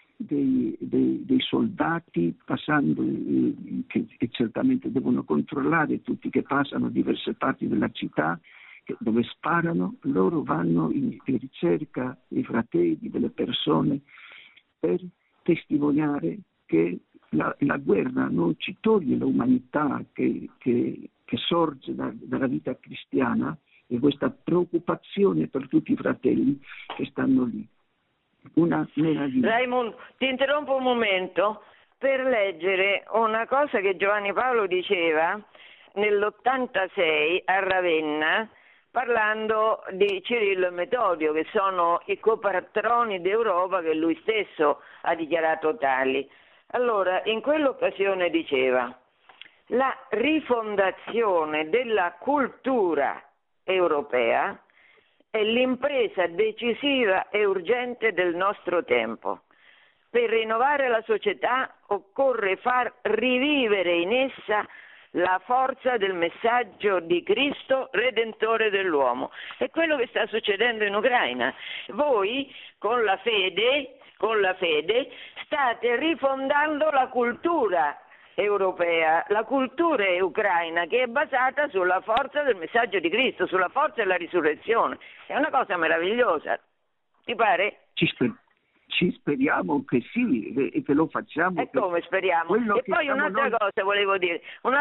dei soldati, passando che certamente devono controllare tutti che passano diverse parti della città, dove sparano. Loro vanno in ricerca dei fratelli, delle persone, per testimoniare che la guerra non ci toglie l'umanità che sorge dalla vita cristiana, e questa preoccupazione per tutti i fratelli che stanno lì. Una meraviglia. Raimondo, ti interrompo un momento per leggere una cosa che Giovanni Paolo diceva nell'86 a Ravenna, parlando di Cirillo e Metodio, che sono i copatroni d'Europa, che lui stesso ha dichiarato tali. Allora, in quell'occasione diceva: la rifondazione della cultura europea è l'impresa decisiva e urgente del nostro tempo. Per rinnovare la società occorre far rivivere in essa la forza del messaggio di Cristo, Redentore dell'uomo. È quello che sta succedendo in Ucraina. Voi, con la fede, state rifondando la cultura europea, la cultura ucraina, che è basata sulla forza del messaggio di Cristo, sulla forza della risurrezione. È una cosa meravigliosa, ti pare? Ci speriamo che sì, e che lo facciamo. E come speriamo? E poi un'altra cosa volevo dire,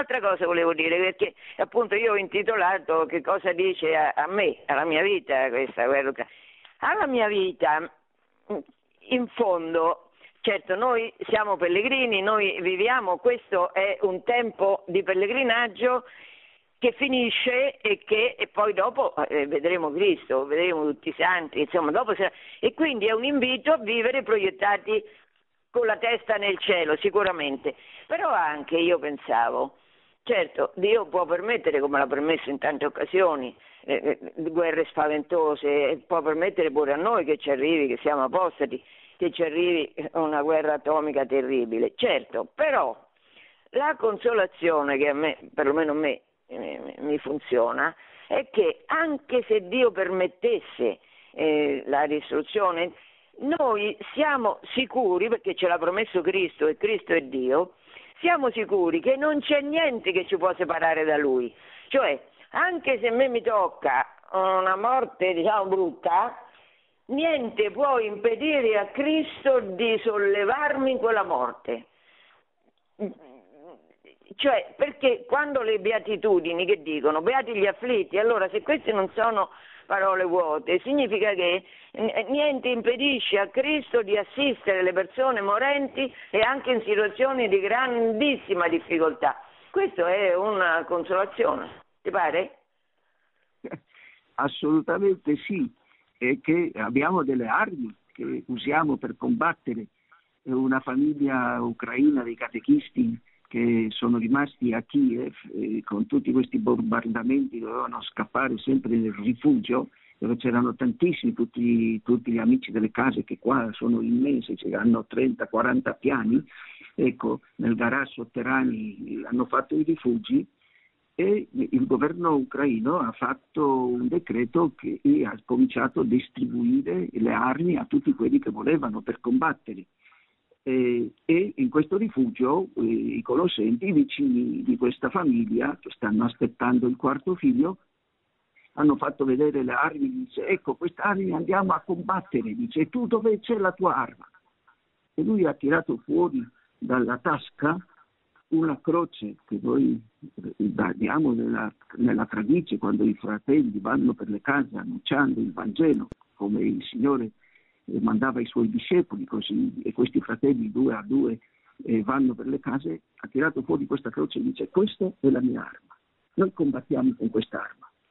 perché appunto io ho intitolato Che cosa dice a me, alla mia vita questa guerra. Alla mia vita, in fondo, certo, noi siamo pellegrini, noi viviamo, questo è un tempo di pellegrinaggio che finisce e poi dopo vedremo Cristo, vedremo tutti i santi, insomma, dopo e quindi è un invito a vivere proiettati con la testa nel cielo, sicuramente. Però anche io pensavo, certo, Dio può permettere, come l'ha permesso in tante occasioni, guerre spaventose, può permettere pure a noi che ci arrivi, che siamo apostati, che ci arrivi una guerra atomica terribile, certo, però la consolazione che a me, perlomeno a me, mi funziona, è che anche se Dio permettesse la distruzione, noi siamo sicuri, perché ce l'ha promesso Cristo e Cristo è Dio, siamo sicuri che non c'è niente che ci può separare da Lui. Cioè, anche se a me mi tocca una morte, diciamo, brutta, niente può impedire a Cristo di sollevarmi in quella morte. Cioè, perché quando le beatitudini che dicono beati gli afflitti, allora se queste non sono parole vuote, significa che niente impedisce a Cristo di assistere le persone morenti e anche in situazioni di grandissima difficoltà. Questo è una consolazione, ti pare? Assolutamente sì, e che abbiamo delle armi che usiamo per combattere. Una famiglia ucraina dei catechisti che sono rimasti a Kiev con tutti questi bombardamenti, dovevano scappare sempre nel rifugio, dove c'erano tantissimi, tutti gli amici delle case che qua sono immense, hanno 30-40 piani, ecco, nel garage sotterranei hanno fatto i rifugi, e il governo ucraino ha fatto un decreto che ha cominciato a distribuire le armi a tutti quelli che volevano per combattere. E in questo rifugio i conoscenti, i vicini di questa famiglia che stanno aspettando il quarto figlio, hanno fatto vedere le armi, dice: ecco, queste armi andiamo a combattere, dice, tu dove c'è la tua arma? E lui ha tirato fuori dalla tasca una croce che noi diamo nella tradizione, quando i fratelli vanno per le case annunciando il Vangelo, come il Signore mandava i suoi discepoli, così, e questi fratelli 2 a 2 vanno per le case. Ha tirato fuori questa croce e dice: questa è la mia arma, noi combattiamo con quest'arma.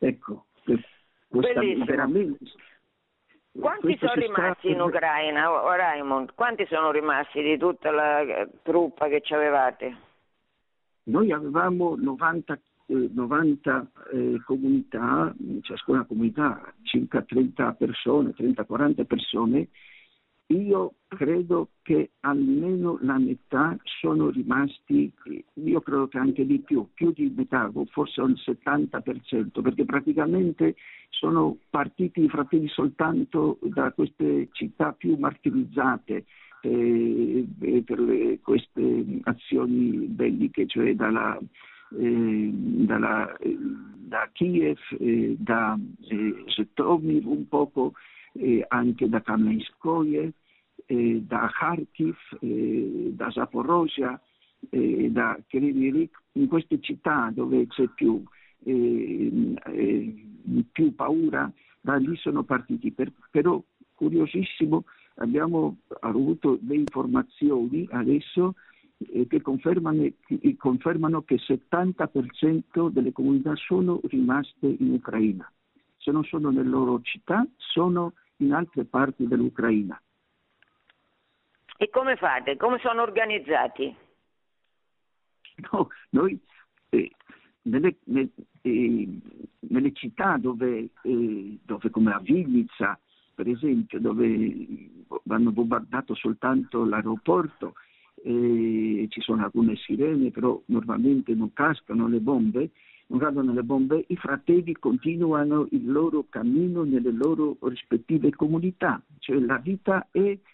Ecco, questa Bellissimo. veramente... Quanti sono rimasti in Ucraina, Raymond? Quanti sono rimasti di tutta la truppa che ci avevate? Noi avevamo 90 comunità, ciascuna comunità circa 30 persone, 30-40 persone. Io credo che almeno la metà sono rimasti, io credo che anche di più di metà, forse il 70%, perché praticamente sono partiti i fratelli soltanto da queste città più martirizzate per queste azioni belliche, cioè da Kiev, da Žhitomir un poco, anche da Kamenskoye, da Kharkiv, da Zaporozhia, da Kryvyi Rih, in queste città dove c'è più paura, da lì sono partiti. Però curiosissimo, abbiamo avuto le informazioni adesso che confermano che il 70% delle comunità sono rimaste in Ucraina. Se non sono nelle loro città, sono in altre parti dell'Ucraina. E come fate? Come sono organizzati? No, noi nelle città dove come a Vinnytsia, per esempio, dove hanno bombardato soltanto l'aeroporto, ci sono alcune sirene, però normalmente non cascano le bombe, non cadono le bombe, i fratelli continuano il loro cammino nelle loro rispettive comunità, cioè la vita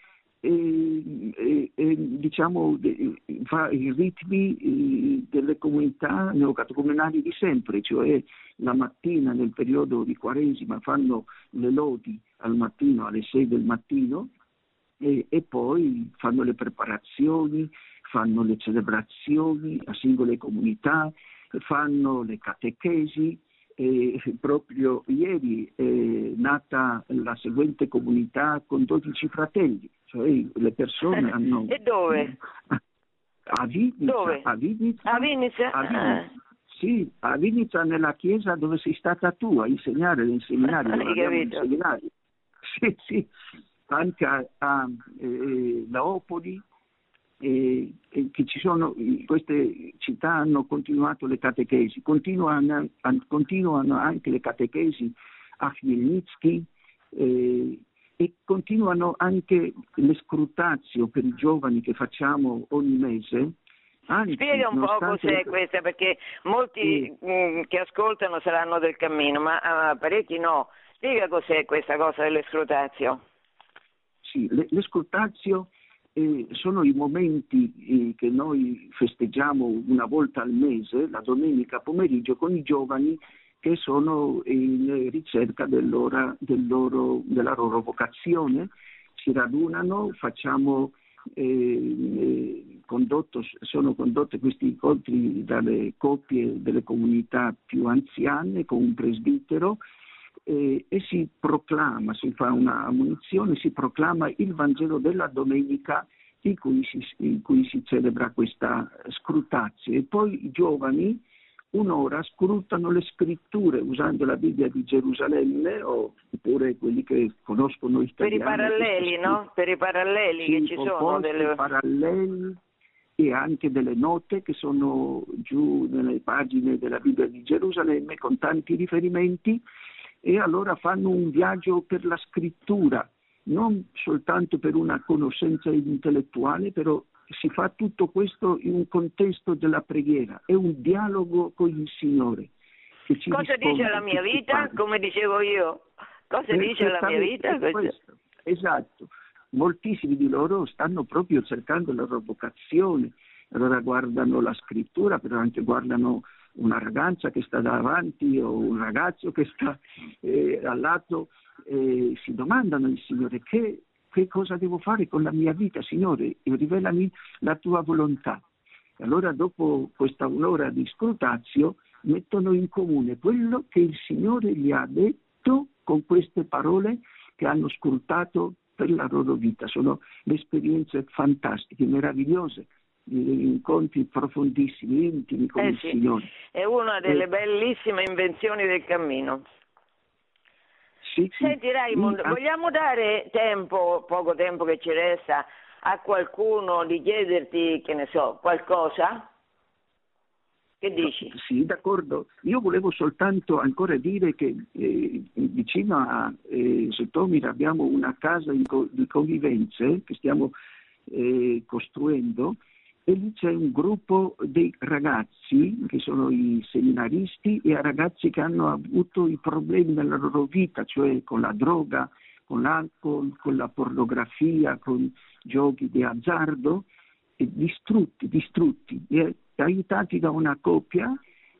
diciamo fa i ritmi delle comunità neocatecumenali di sempre, cioè la mattina nel periodo di Quaresima fanno le lodi al mattino alle 6 del mattino e poi fanno le preparazioni, fanno le celebrazioni a singole comunità, fanno le catechesi. Proprio ieri è nata la seguente comunità con 12 fratelli, cioè le persone hanno... E dove? A Vinnytsia. Dove? A Vinnytsia. A Vinnytsia? Sì, a Vinnytsia, nella chiesa dove sei stata tu a insegnare nel seminario. Hai capito? Sì, anche a Laopoli. Che ci sono, queste città hanno continuato le catechesi, continuano anche le catechesi a Khmelnytsky e continuano anche le scrutazio per i giovani che facciamo ogni mese. Anzi, spiega un po' cos'è questa, perché molti che ascoltano saranno del cammino, ma parecchi no. Spiega cos'è questa cosa delle scrutazio. Sì, le scrutazio sono i momenti che noi festeggiamo una volta al mese, la domenica pomeriggio, con i giovani che sono in ricerca della loro vocazione. Si radunano, sono condotte questi incontri dalle coppie delle comunità più anziane con un presbitero e si proclama, si fa una ammonizione, si proclama il Vangelo della domenica in cui si celebra questa scrutazio, e poi i giovani un'ora scrutano le scritture usando la Bibbia di Gerusalemme oppure quelli che conoscono italiano. Per i paralleli, no? Per i paralleli sì, che ci sono. Delle paralleli e anche delle note che sono giù nelle pagine della Bibbia di Gerusalemme con tanti riferimenti. E allora fanno un viaggio per la scrittura, non soltanto per una conoscenza intellettuale, però si fa tutto questo in un contesto della preghiera, è un dialogo con il Signore. Cosa dice la mia vita? Come dicevo io, cosa dice la mia vita? Esatto, moltissimi di loro stanno proprio cercando la loro vocazione, allora guardano la scrittura, però anche guardano una ragazza che sta davanti o un ragazzo che sta al lato, si domandano al Signore che cosa devo fare con la mia vita, Signore, rivelami la tua volontà. E allora dopo questa un'ora di scrutazio mettono in comune quello che il Signore gli ha detto con queste parole che hanno scrutato per la loro vita. Sono le esperienze fantastiche, meravigliose incontri profondissimi, intimi con il sì. Signore. È una delle bellissime invenzioni del cammino. Sì, Senti Raimond, vogliamo dare tempo, poco tempo che ci resta, a qualcuno di chiederti, che ne so, qualcosa? Che dici? Sì, d'accordo. Io volevo soltanto ancora dire che vicino a Sottomira abbiamo una casa di convivenze che stiamo costruendo, e lì c'è un gruppo di ragazzi che sono i seminaristi e ragazzi che hanno avuto i problemi nella loro vita, cioè con la droga, con l'alcol, con la pornografia, con giochi di azzardo, e distrutti, e aiutati da una coppia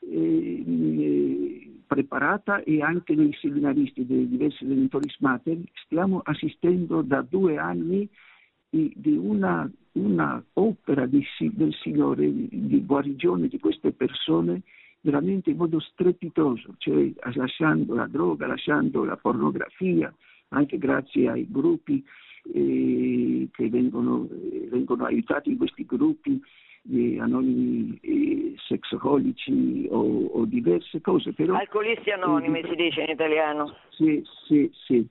preparata, e anche dei seminaristi, dei diversi Redemptoris Mater. Stiamo assistendo da 2 anni di una opera del Signore di guarigione di queste persone veramente in modo strepitoso, cioè lasciando la droga, lasciando la pornografia, anche grazie ai gruppi che vengono aiutati in questi gruppi anonimi, sexoholici o diverse cose. Però, alcolisti anonimi si dice in italiano. Sì.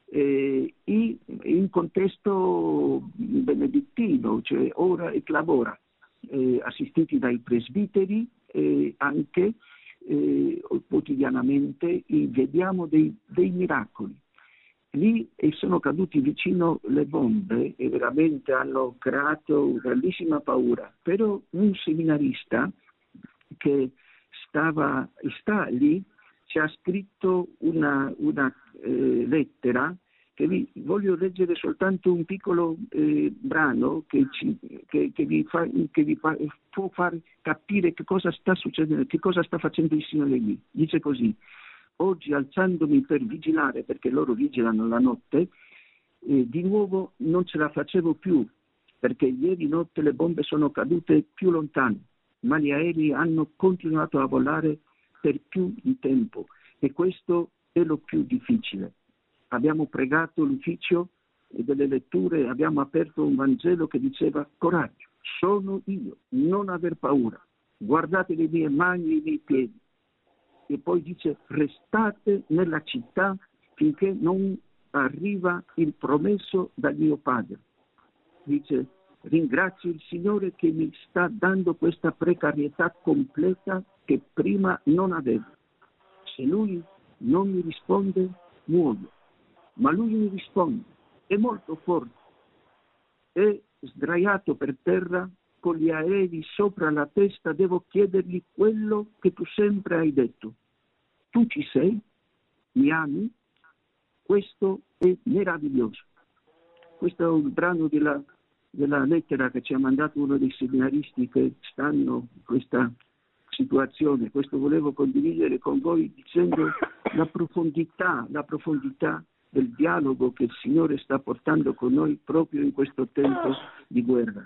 In contesto benedettino, cioè ora e clamora, assistiti dai presbiteri, anche quotidianamente vediamo dei miracoli. Lì sono caduti vicino le bombe e veramente hanno creato grandissima paura, però un seminarista che sta lì ci ha scritto una lettera, che vi voglio leggere soltanto un piccolo brano che vi può far capire che cosa sta succedendo, che cosa sta facendo il Signore lì. Dice così: oggi, alzandomi per vigilare, perché loro vigilano la notte, di nuovo non ce la facevo più, perché ieri notte le bombe sono cadute più lontano, ma gli aerei hanno continuato a volare per più di tempo, e questo è lo più difficile. Abbiamo pregato l'ufficio delle letture, abbiamo aperto un Vangelo che diceva: coraggio, sono io, non aver paura, guardate le mie mani e i miei piedi. E poi dice: restate nella città finché non arriva il promesso da mio Padre. Dice: ringrazio il Signore che mi sta dando questa precarietà completa che prima non avevo. Se Lui non mi risponde, muoio. Ma Lui mi risponde, è molto forte. È sdraiato per terra, con gli aerei sopra la testa, devo chiedergli quello che tu sempre hai detto: tu ci sei? Mi ami? Questo è meraviglioso. Questo è un brano della lettera che ci ha mandato uno dei seminaristi che stanno in questa situazione. Questo volevo condividere con voi, dicendo la profondità del dialogo che il Signore sta portando con noi proprio in questo tempo di guerra.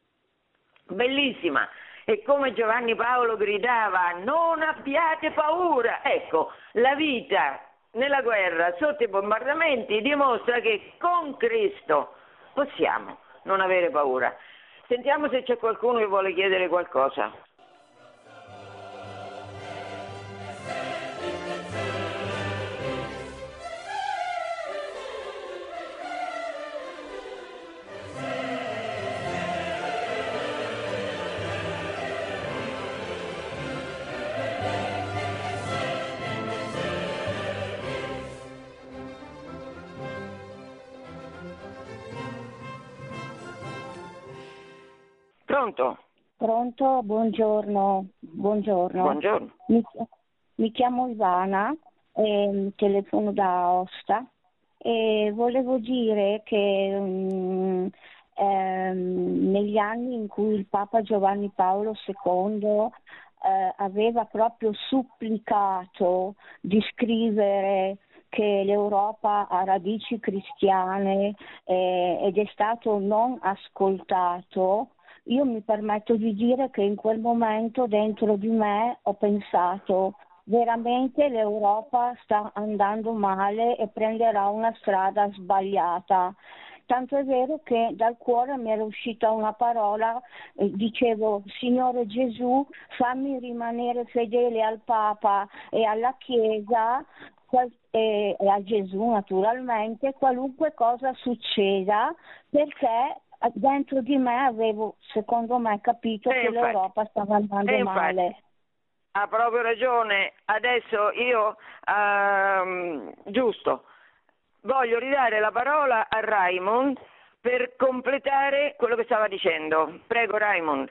Bellissima. E come Giovanni Paolo gridava: non abbiate paura. Ecco, la vita nella guerra, sotto i bombardamenti, dimostra che con Cristo possiamo non avere paura. Sentiamo se c'è qualcuno che vuole chiedere qualcosa. Pronto? Pronto, buongiorno. Buongiorno. Mi chiamo Ivana, telefono da Aosta, e volevo dire che negli anni in cui il Papa Giovanni Paolo II aveva proprio supplicato di scrivere che l'Europa ha radici cristiane ed è stato non ascoltato, io mi permetto di dire che in quel momento dentro di me ho pensato: veramente l'Europa sta andando male e prenderà una strada sbagliata. tanto è vero che dal cuore mi era uscita una parola, dicevo: Signore Gesù, fammi rimanere fedele al Papa e alla Chiesa e a Gesù naturalmente, qualunque cosa succeda, perché dentro di me avevo, secondo me, capito che infatti, l'Europa stava andando male. Ha proprio ragione. Adesso io, giusto, voglio ridare la parola a Raymond per completare quello che stava dicendo. Prego, Raymond.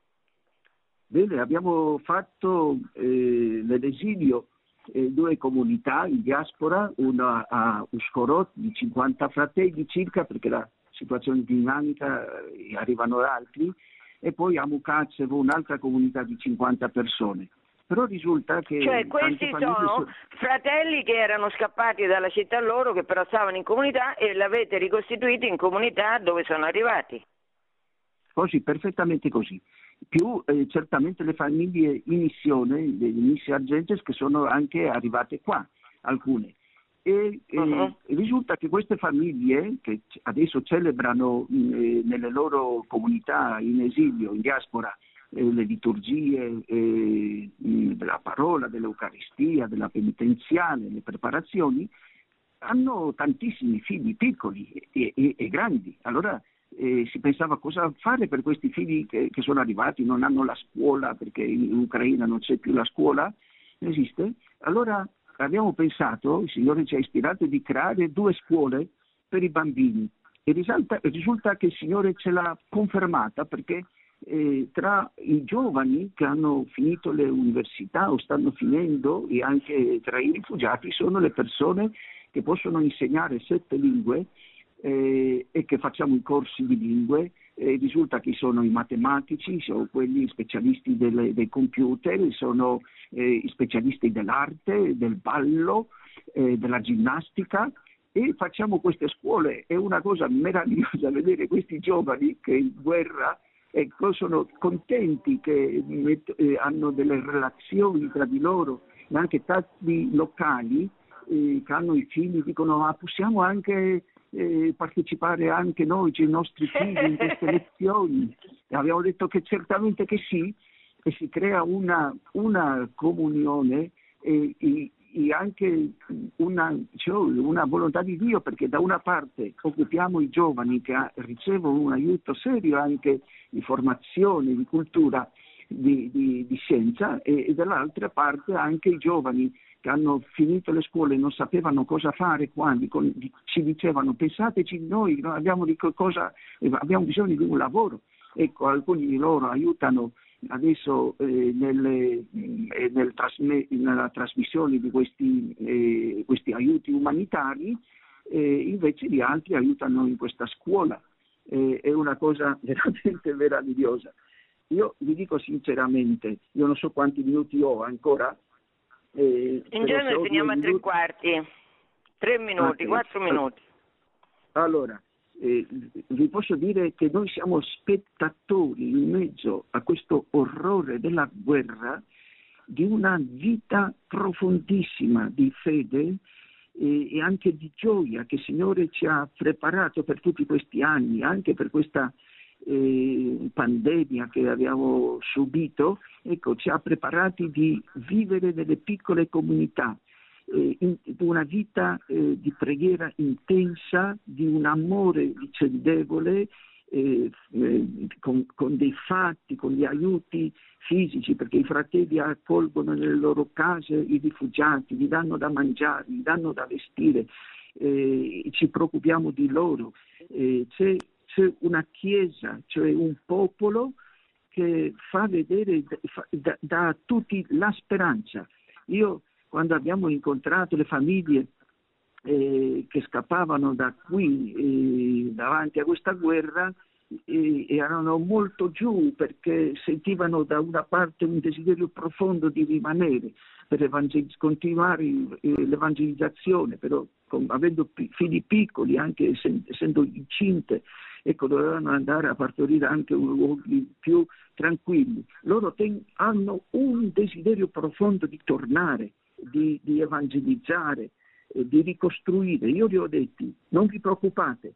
Bene, abbiamo fatto nell'esilio 2 comunità in diaspora, una a Ushhorod di 50 fratelli circa, perché la situazione dinamica, arrivano altri, e poi a Mukatsevo un'altra comunità di 50 persone. Però risulta che... Cioè questi sono fratelli che erano scappati dalla città loro, che però stavano in comunità, e l'avete ricostituiti in comunità dove sono arrivati. Così, perfettamente così. Più certamente le famiglie in missione, degli Missi Argentes, che sono anche arrivate qua, alcune. E risulta che queste famiglie, che adesso celebrano nelle loro comunità in esilio, in diaspora, le liturgie della parola, dell'Eucaristia, della penitenziale, le preparazioni, hanno tantissimi figli piccoli e grandi. Allora si pensava cosa fare per questi figli che sono arrivati, non hanno la scuola, perché in Ucraina non c'è più la scuola, non esiste. Allora abbiamo pensato, il Signore ci ha ispirato di creare 2 scuole per i bambini, e risulta che il Signore ce l'ha confermata, perché tra i giovani che hanno finito le università o stanno finendo, e anche tra i rifugiati, sono le persone che possono insegnare 7 lingue e che facciamo i corsi di lingue. Risulta che sono i matematici, sono quelli specialisti dei computer, sono i specialisti dell'arte, del ballo, della ginnastica, e facciamo queste scuole. È una cosa meravigliosa vedere questi giovani che in guerra sono contenti, che hanno delle relazioni tra di loro, ma anche tanti locali che hanno i figli dicono: ma possiamo anche partecipare anche noi, i nostri figli, in queste lezioni? E abbiamo detto che certamente che sì, e si crea una comunione e anche una volontà di Dio, perché da una parte occupiamo i giovani che ricevono un aiuto serio anche di formazione, di cultura, di scienza, e dall'altra parte anche i giovani che hanno finito le scuole e non sapevano cosa fare, quando ci dicevano: pensateci noi abbiamo bisogno di un lavoro. Ecco, alcuni di loro aiutano adesso nella trasmissione di questi aiuti umanitari, invece gli altri aiutano in questa scuola. È una cosa veramente meravigliosa. Io vi dico sinceramente, io non so quanti minuti ho ancora. In genere finiamo a 3/4, 3 minuti, 4 minuti. Allora, vi posso dire che noi siamo spettatori in mezzo a questo orrore della guerra di una vita profondissima di fede e anche di gioia che il Signore ci ha preparato per tutti questi anni, anche per questa pandemia che abbiamo subito. Ecco, ci ha preparati di vivere nelle piccole comunità, una vita di preghiera intensa, di un amore vicendevole, con dei fatti, con gli aiuti fisici, perché i fratelli accolgono nelle loro case i rifugiati, gli danno da mangiare, gli danno da vestire, ci preoccupiamo di loro. C'è una chiesa, cioè un popolo che fa vedere, dà a tutti la speranza. Io, quando abbiamo incontrato le famiglie che scappavano da qui davanti a questa guerra, erano molto giù, perché sentivano da una parte un desiderio profondo di rimanere per continuare l'evangelizzazione, però avendo figli piccoli, anche essendo incinte, ecco, dovevano andare a partorire anche in luoghi più tranquilli. Loro hanno un desiderio profondo di tornare, di evangelizzare, di ricostruire. Io li ho detti: non vi preoccupate,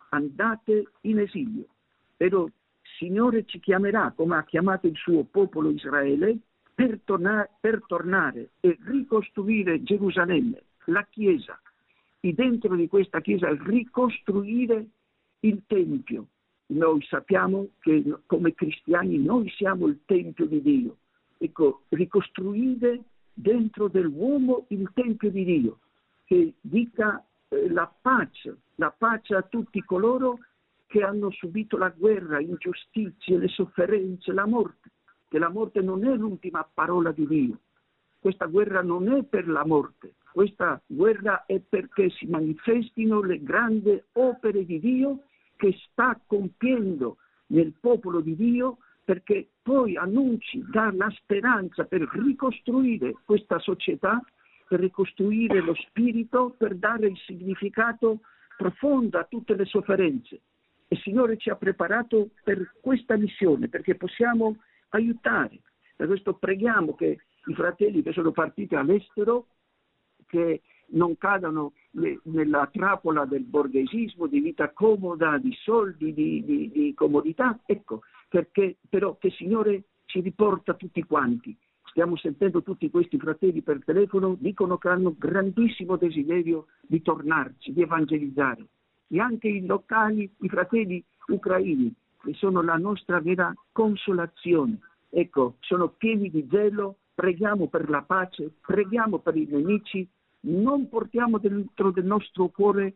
andate in esilio. Però il Signore ci chiamerà, come ha chiamato il suo popolo Israele, per tornare e ricostruire Gerusalemme, la Chiesa, e dentro di questa Chiesa ricostruire il Tempio. Noi sappiamo che come cristiani noi siamo il Tempio di Dio. Ecco, ricostruire dentro dell'uomo il Tempio di Dio, che dica la pace a tutti coloro che hanno subito la guerra, ingiustizie, le sofferenze, la morte, che la morte non è l'ultima parola di Dio. Questa guerra non è per la morte, questa guerra è perché si manifestino le grandi opere di Dio che sta compiendo nel popolo di Dio, perché poi annunci, dà la speranza per ricostruire questa società, per ricostruire lo spirito, per dare il significato profondo a tutte le sofferenze. E il Signore ci ha preparato per questa missione, perché possiamo aiutare. Per questo preghiamo che i fratelli che sono partiti all'estero, che non cadano nella trappola del borghesismo, di vita comoda, di soldi, di comodità. Ecco, perché però che il Signore ci riporta tutti quanti. Stiamo sentendo tutti questi fratelli per telefono, dicono che hanno grandissimo desiderio di tornarci, di evangelizzare. E anche i locali, i fratelli ucraini, che sono la nostra vera consolazione. Ecco, sono pieni di zelo, preghiamo per la pace, preghiamo per i nemici, non portiamo dentro del nostro cuore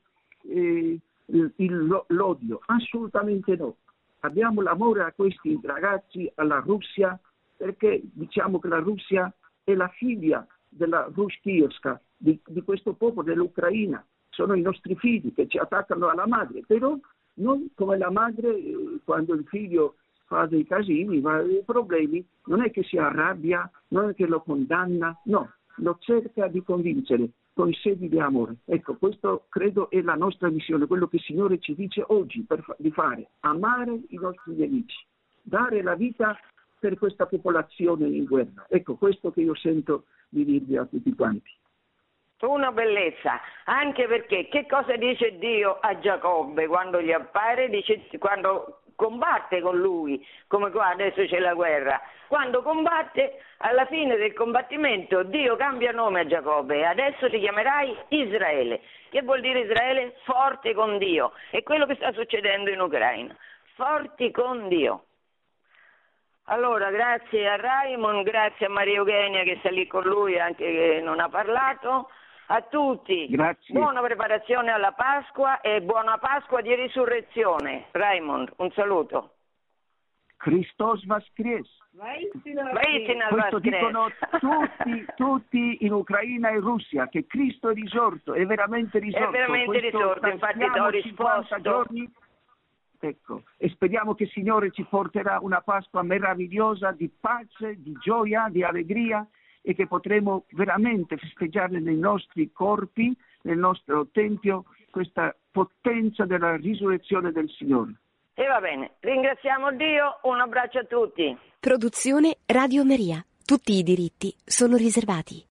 l'odio, assolutamente no. Abbiamo l'amore a questi ragazzi, alla Russia, perché diciamo che la Russia è la figlia della Ruskievska, di questo popolo, dell'Ucraina. Sono i nostri figli che ci attaccano alla madre, però non come la madre quando il figlio fa dei casini, fa dei problemi, non è che si arrabbia, non è che lo condanna, no, lo cerca di convincere con i sedi di amore. Ecco, questo credo è la nostra missione, quello che il Signore ci dice oggi di fare, amare i nostri nemici, dare la vita per questa popolazione in guerra. Ecco, questo che io sento di dirvi a tutti quanti. Una bellezza, anche perché che cosa dice Dio a Giacobbe quando gli appare? Dice, quando combatte con lui, come qua adesso c'è la guerra, quando combatte, alla fine del combattimento Dio cambia nome a Giacobbe e adesso ti chiamerai Israele. Che vuol dire Israele? Forte con Dio. È quello che sta succedendo in Ucraina, forti con Dio. Allora, grazie a Raymond, grazie a Maria Eugenia che sta lì con lui, anche che non ha parlato. A tutti, grazie. Buona preparazione alla Pasqua e buona Pasqua di risurrezione. Raymond, un saluto. Christos Vaskres. Questo dicono tutti in Ucraina e Russia, che Cristo è risorto, è veramente risorto. È veramente risorto, infatti ho risposto. Giorni, ecco, e speriamo che il Signore ci porterà una Pasqua meravigliosa di pace, di gioia, di allegria, e che potremo veramente festeggiare nei nostri corpi, nel nostro Tempio, questa potenza della risurrezione del Signore. E va bene, ringraziamo Dio, un abbraccio a tutti. Produzione Radio Maria. Tutti i diritti sono riservati.